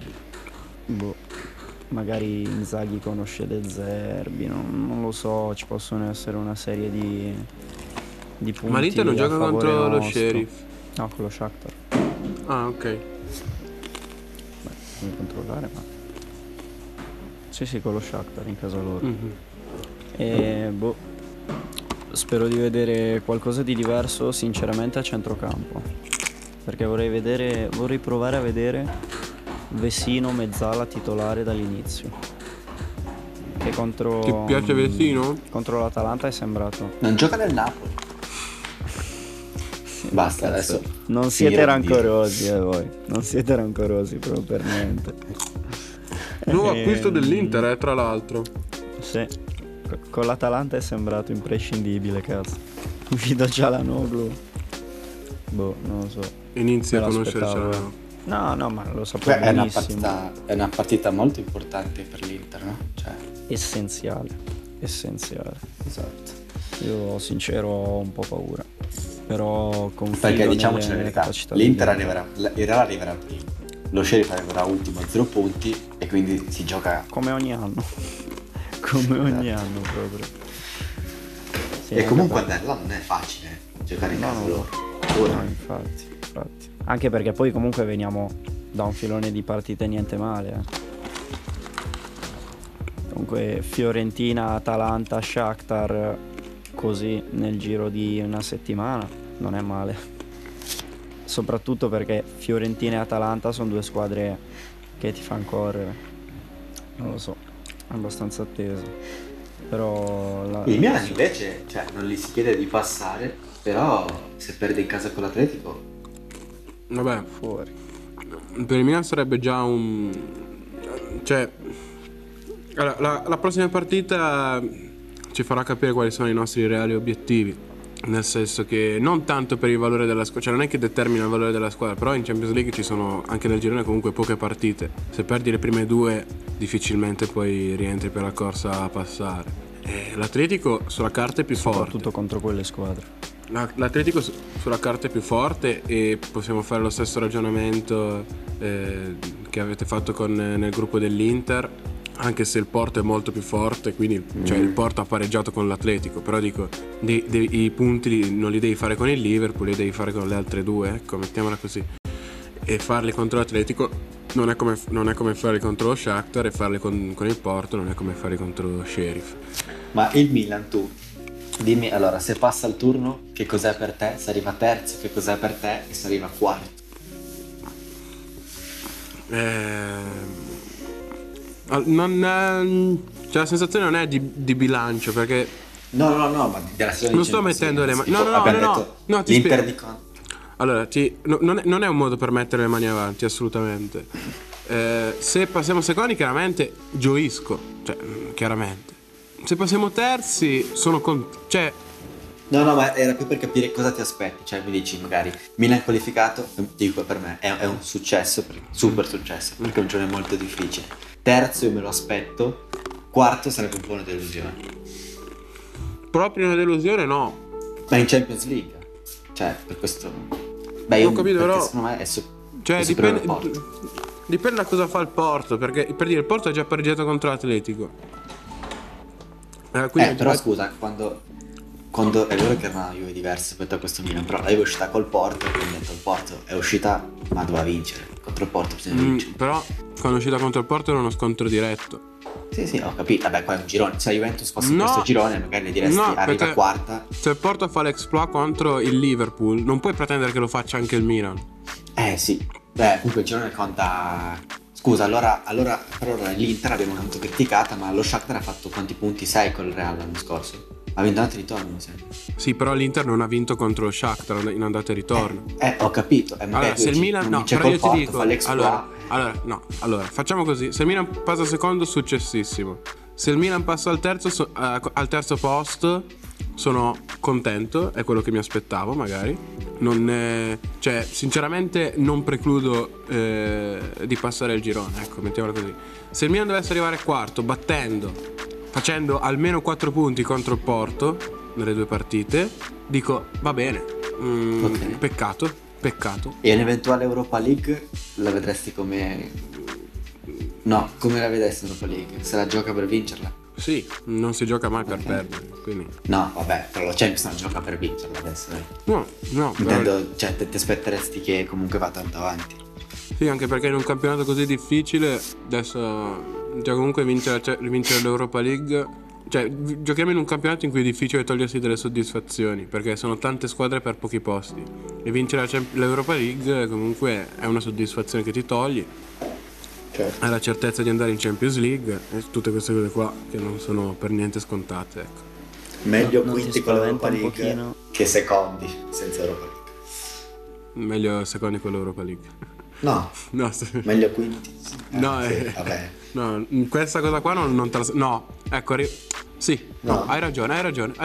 magari Inzaghi conosce De Zerbi, non lo so, ci possono essere una serie di punti. Ma l'Inter non gioca contro lo nostro. Sheriff? No, con lo Shakhtar. Ah, ok. Beh, devi controllare, ma sì, con lo Shakhtar in casa loro. Mm-hmm. E spero di vedere qualcosa di diverso sinceramente a centrocampo, perché vorrei provare a vedere Vecino Mezzala titolare dall'inizio, che contro Ti piace Vecino? contro l'Atalanta è sembrato. Non gioca nel Napoli. Basta, adesso Non siete rancorosi, voi non siete rancorosi proprio per niente. Nuovo acquisto dell'Inter, tra l'altro. Sì, con l'Atalanta è sembrato imprescindibile, cazzo. Uscito già la Noglu. Non lo so. Inizia a Me conoscerci. l'aspettavo. No, ma lo sapevo è benissimo. una partita molto importante per l'Inter, no? Cioè, Essenziale. esatto. Io sincero ho un po' paura. Però confido perché diciamoci la nelle verità, capacità l'Inter dell'Inter. il Real arriverà primo, lo Sheriff arriverà ultimo a 0 punti e quindi si gioca Come ogni anno. Come ogni Esatto. anno proprio. Sì, e comunque anche andarla non è facile giocare in No, casa no. loro. per- Ora, no, infatti. Anche perché poi comunque veniamo da un filone di partite niente male. Comunque Fiorentina, Atalanta, Shakhtar, così nel giro di una settimana non è male. Soprattutto perché Fiorentina e Atalanta sono due squadre che ti fanno correre. Non lo so, abbastanza atteso. Però il Milan invece, cioè, non gli si chiede di passare, però se perde in casa con l'Atletico, Vabbè, fuori. per il Milan sarebbe già un... Cioè, allora, la prossima partita ci farà capire quali sono i nostri reali obiettivi. Nel senso che non tanto per il valore della squadra, cioè non è che determina il valore della squadra, però in Champions League ci sono anche nel girone comunque poche partite. Se perdi le prime due difficilmente poi rientri per la corsa a passare. L'Atletico sulla carta è più forte. Soprattutto contro quelle squadre. L'Atletico sulla carta è più forte e possiamo fare lo stesso ragionamento che avete fatto nel gruppo dell'Inter, anche se il Porto è molto più forte, quindi cioè il Porto ha pareggiato con l'Atletico, però dico i punti non li devi fare con il Liverpool, li devi fare con le altre due, ecco, mettiamola così. E farli contro l'Atletico non è come farli contro lo Shakhtar, e farli con il Porto non è come farli contro lo Sheriff. ma il Milan tu, dimmi allora, se passa il turno, che cos'è per te? Se arriva terzo, che cos'è per te? E se arriva quarto? Cioè la sensazione non è di bilancio, perché No, ma della stagione non di sto Champions mettendo League, le tipo, abbiamo detto no, ti l'Inter spiego. di Conte. Allora, non è un modo per mettere le mani avanti, assolutamente. Se passiamo secondi, chiaramente gioisco, cioè, chiaramente. Se passiamo terzi, sono cioè, No, ma era più per capire cosa ti aspetti. Cioè, mi dici magari Milan qualificato, dico per me è un successo, super successo, perché è un giorno molto difficile. Terzo io me lo aspetto, quarto sarebbe un po' una delusione. proprio una delusione, no. Ma in Champions League, cioè, per questo... Beh, io Ho capito, perché però secondo me è cioè, superiore dipende, al Porto. dipende da cosa fa il Porto, perché per dire il Porto ha già pareggiato contro l'Atletico. Quindi Però scusa, quando è vero che era una Juve diversa rispetto a questo Milan, però la Juve è uscita col Porto, quindi ho detto il Porto è uscita ma doveva vincere, contro il Porto bisogna vincere. però quando è uscita contro il Porto era uno scontro diretto. Sì, ho capito, vabbè qua è un girone, se la Juventus fosse in No. questo girone magari le diresti No, arriva perché quarta. se il Porto fa l'exploit contro il Liverpool, non puoi pretendere che lo faccia anche il Milan. Sì, comunque il girone conta... Scusa, allora per ora l'Inter abbiamo tanto criticata, ma lo Shakhtar ha fatto quanti punti? 6 col Real l'anno scorso? Ha vinto andata e ritorno, mi sembra. Sì, però l'Inter non ha vinto contro lo Shakhtar in andata e ritorno. Ho capito. Magari Allora, se il Milan non no, vince però col io ti Porto, dico, fa l'exploit. allora, facciamo così. Se il Milan passa secondo, successissimo. Se il Milan passa al terzo posto, sono contento, è quello che mi aspettavo, magari. Cioè, sinceramente non precludo di passare il girone, ecco, mettiamola così. Se il Milan dovesse arrivare quarto, facendo almeno 4 punti contro il Porto nelle due partite, dico va bene. Ok. Peccato. E un'eventuale Europa League la vedresti come... No, come la vedresti Europa League? Se la gioca per vincerla? Sì, non si gioca mai per perdere, quindi No, vabbè, però la Champions non gioca per vincerla adesso, dai. no, però, Intendo, cioè, ti aspetteresti che comunque va tanto avanti. sì, anche perché in un campionato così difficile adesso, cioè, comunque vincere l'Europa League, cioè giochiamo in un campionato in cui è difficile togliersi delle soddisfazioni, perché sono tante squadre per pochi posti, e vincere l'Europa League comunque è una soddisfazione che ti togli. Certo. Hai la certezza di andare in Champions League e tutte queste cose qua che non sono per niente scontate, ecco. Meglio Non ti quinti con l'Europa spaventa un League pochino? che secondi senza Europa League. Meglio secondi con l'Europa League. No, No, meglio quinti. No, sì, vabbè. no, questa cosa qua non te la... No, ecco, sì, no, No. hai ragione.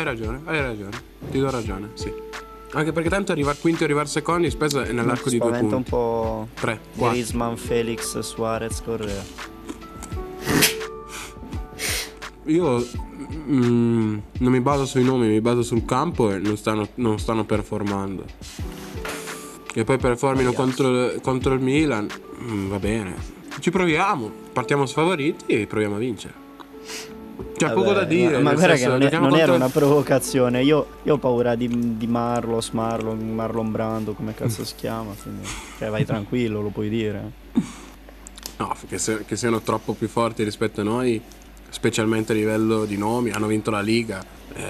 Ti do ragione, sì. Anche perché tanto arrivare quinti o arrivare secondi spesso è nell'arco di 2 Spaventa un punti. po' 3, 4. Griezmann, Felix, Suarez, Correa. Io non mi baso sui nomi, mi baso sul campo e non stanno performando. E poi performino contro il Milan, va bene. Ci proviamo, partiamo sfavoriti e proviamo a vincere. C'è poco da dire. Ma guarda senso, che non era contro... una provocazione. Io ho paura di Marlon Brando, come cazzo si chiama. Quindi, cioè, vai tranquillo, lo puoi dire. No, che siano troppo più forti rispetto a noi, specialmente a livello di nomi. Hanno vinto la Liga.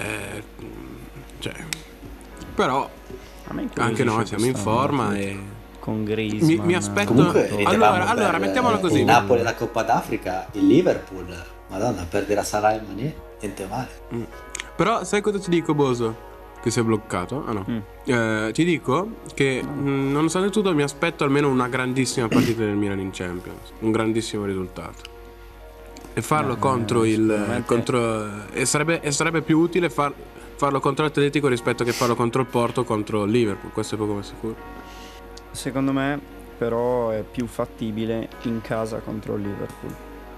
Cioè, però anche noi siamo in forma e... Con Griezmann. Mi aspetto. Comunque, allora mettiamola così. Il Napoli e la Coppa d'Africa, il Liverpool, Madonna, perderà Salah e Mané, niente male. Però sai cosa ti dico, Boso? Che si è bloccato? Ah no. Ti dico che nonostante tutto mi aspetto almeno una grandissima partita del Milan in Champions, un grandissimo risultato. E farlo contro il e sarebbe più utile farlo contro l'Atletico rispetto che farlo contro il Porto o contro il Liverpool, questo è poco ma sicuro. Secondo me però è più fattibile in casa contro il Liverpool.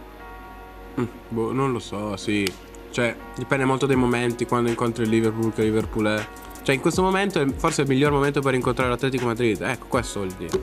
Non lo so, sì. Cioè, dipende molto dai momenti, quando incontri il Liverpool, che Liverpool è. Cioè, in questo momento è forse il miglior momento per incontrare l'Atletico Madrid. Ecco, questo vuol dire.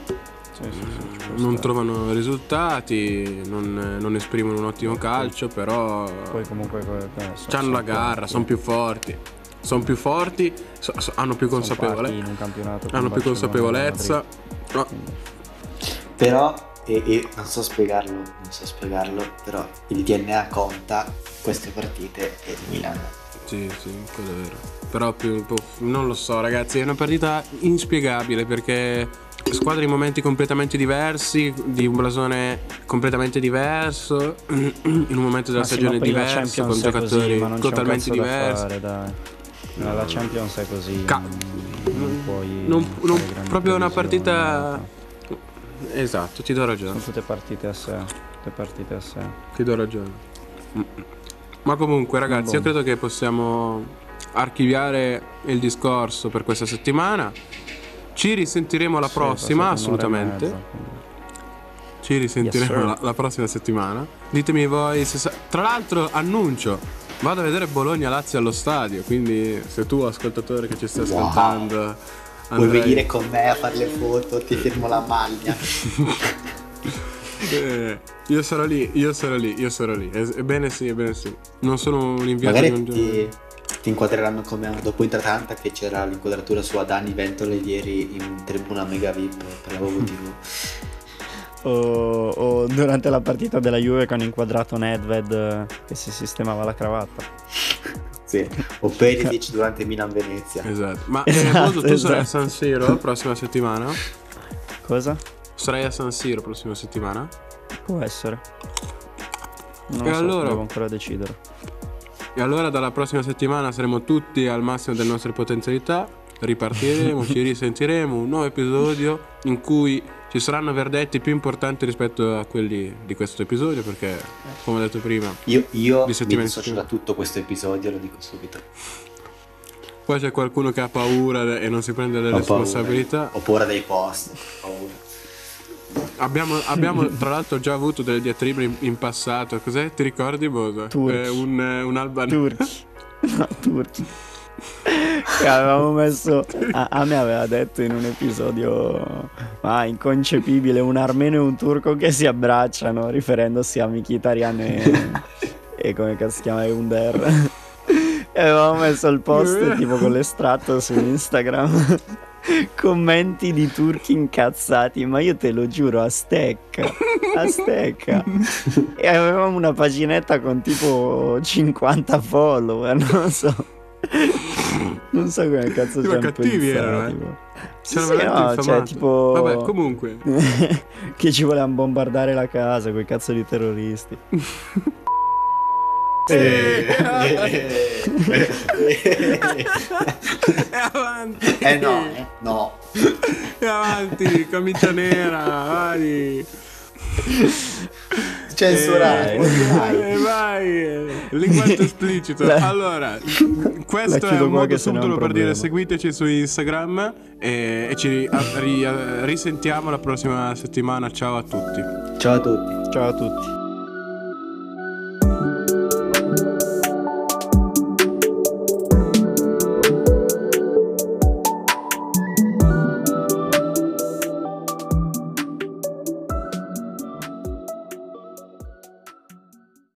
Sì, non trovano risultati, non esprimono un ottimo calcio, però poi comunque hanno la garra, sono più forti. Sono più forti, hanno più consapevolezza. Hanno più consapevolezza. No. Però, e non so spiegarlo, però il DNA conta queste partite e il Milan. Sì, quello è vero. Però non lo so, ragazzi, è una partita inspiegabile perché squadre in momenti completamente diversi, di un blasone completamente diverso, in un momento della stagione diverso, con giocatori totalmente diversi. La Champions è così. Non puoi proprio una partita. Esatto, ti do ragione. Sono tutte partite a sé. Ti do ragione. Ma comunque, ragazzi, io credo che possiamo archiviare il discorso per questa settimana. Ci risentiremo la prossima, assolutamente. Ci risentiremo la prossima settimana. Ditemi voi se tra l'altro annuncio. Vado a vedere Bologna-Lazio allo stadio, quindi se tu, ascoltatore che ci stai ascoltando, vuoi venire con me a fare le foto, ti firmo la maglia. Io sarò lì. Ebbene sì. Non sono un inviato. Magari ti inquadreranno come dopo Inter-Atalanta, che c'era l'inquadratura su Adani Ventole ieri in tribuna Mega VIP per la WTV. O durante la partita della Juve che hanno inquadrato Nedved che si sistemava la cravatta. Sì, o Perisic durante Milan-Venezia. Esatto. Ma tu sarai a San Siro la prossima settimana? Cosa? Sarai a San Siro la prossima settimana? Può essere. Non e so, allora devo ancora decidere. E allora dalla prossima settimana saremo tutti al massimo delle nostre potenzialità. Ripartiremo, ci risentiremo, un nuovo episodio in cui ci saranno verdetti più importanti rispetto a quelli di questo episodio, perché come ho detto prima io mi dissocio da tutto questo episodio, lo dico subito. Poi c'è qualcuno che ha paura e non si prende le responsabilità. Ho paura dei post, Abbiamo tra l'altro già avuto delle diatribe in passato. Cos'è? Ti ricordi, Bosa? Un albanese. Turchi. Che avevamo messo a me aveva detto in un episodio inconcepibile, un armeno e un turco che si abbracciano, riferendosi a Mkhitaryan e come cazzo si chiama, Under. E avevamo messo il post tipo con l'estratto su Instagram. Commenti di turchi incazzati, ma io te lo giuro, a stecca. E avevamo una paginetta con tipo 50 follower, non so come cazzo ci hanno cattivi pensato, erano, Sì, no, cioè tipo vabbè, comunque che ci volevano bombardare la casa, quei cazzo di terroristi. E avanti. No. E avanti, camicia nera, vai. Censurare. Vai. Linguaggio esplicito. Allora, questo è un modo subdolo per dire seguiteci su Instagram e ci risentiamo la prossima settimana. Ciao a tutti. Ciao a tutti. Ciao a tutti.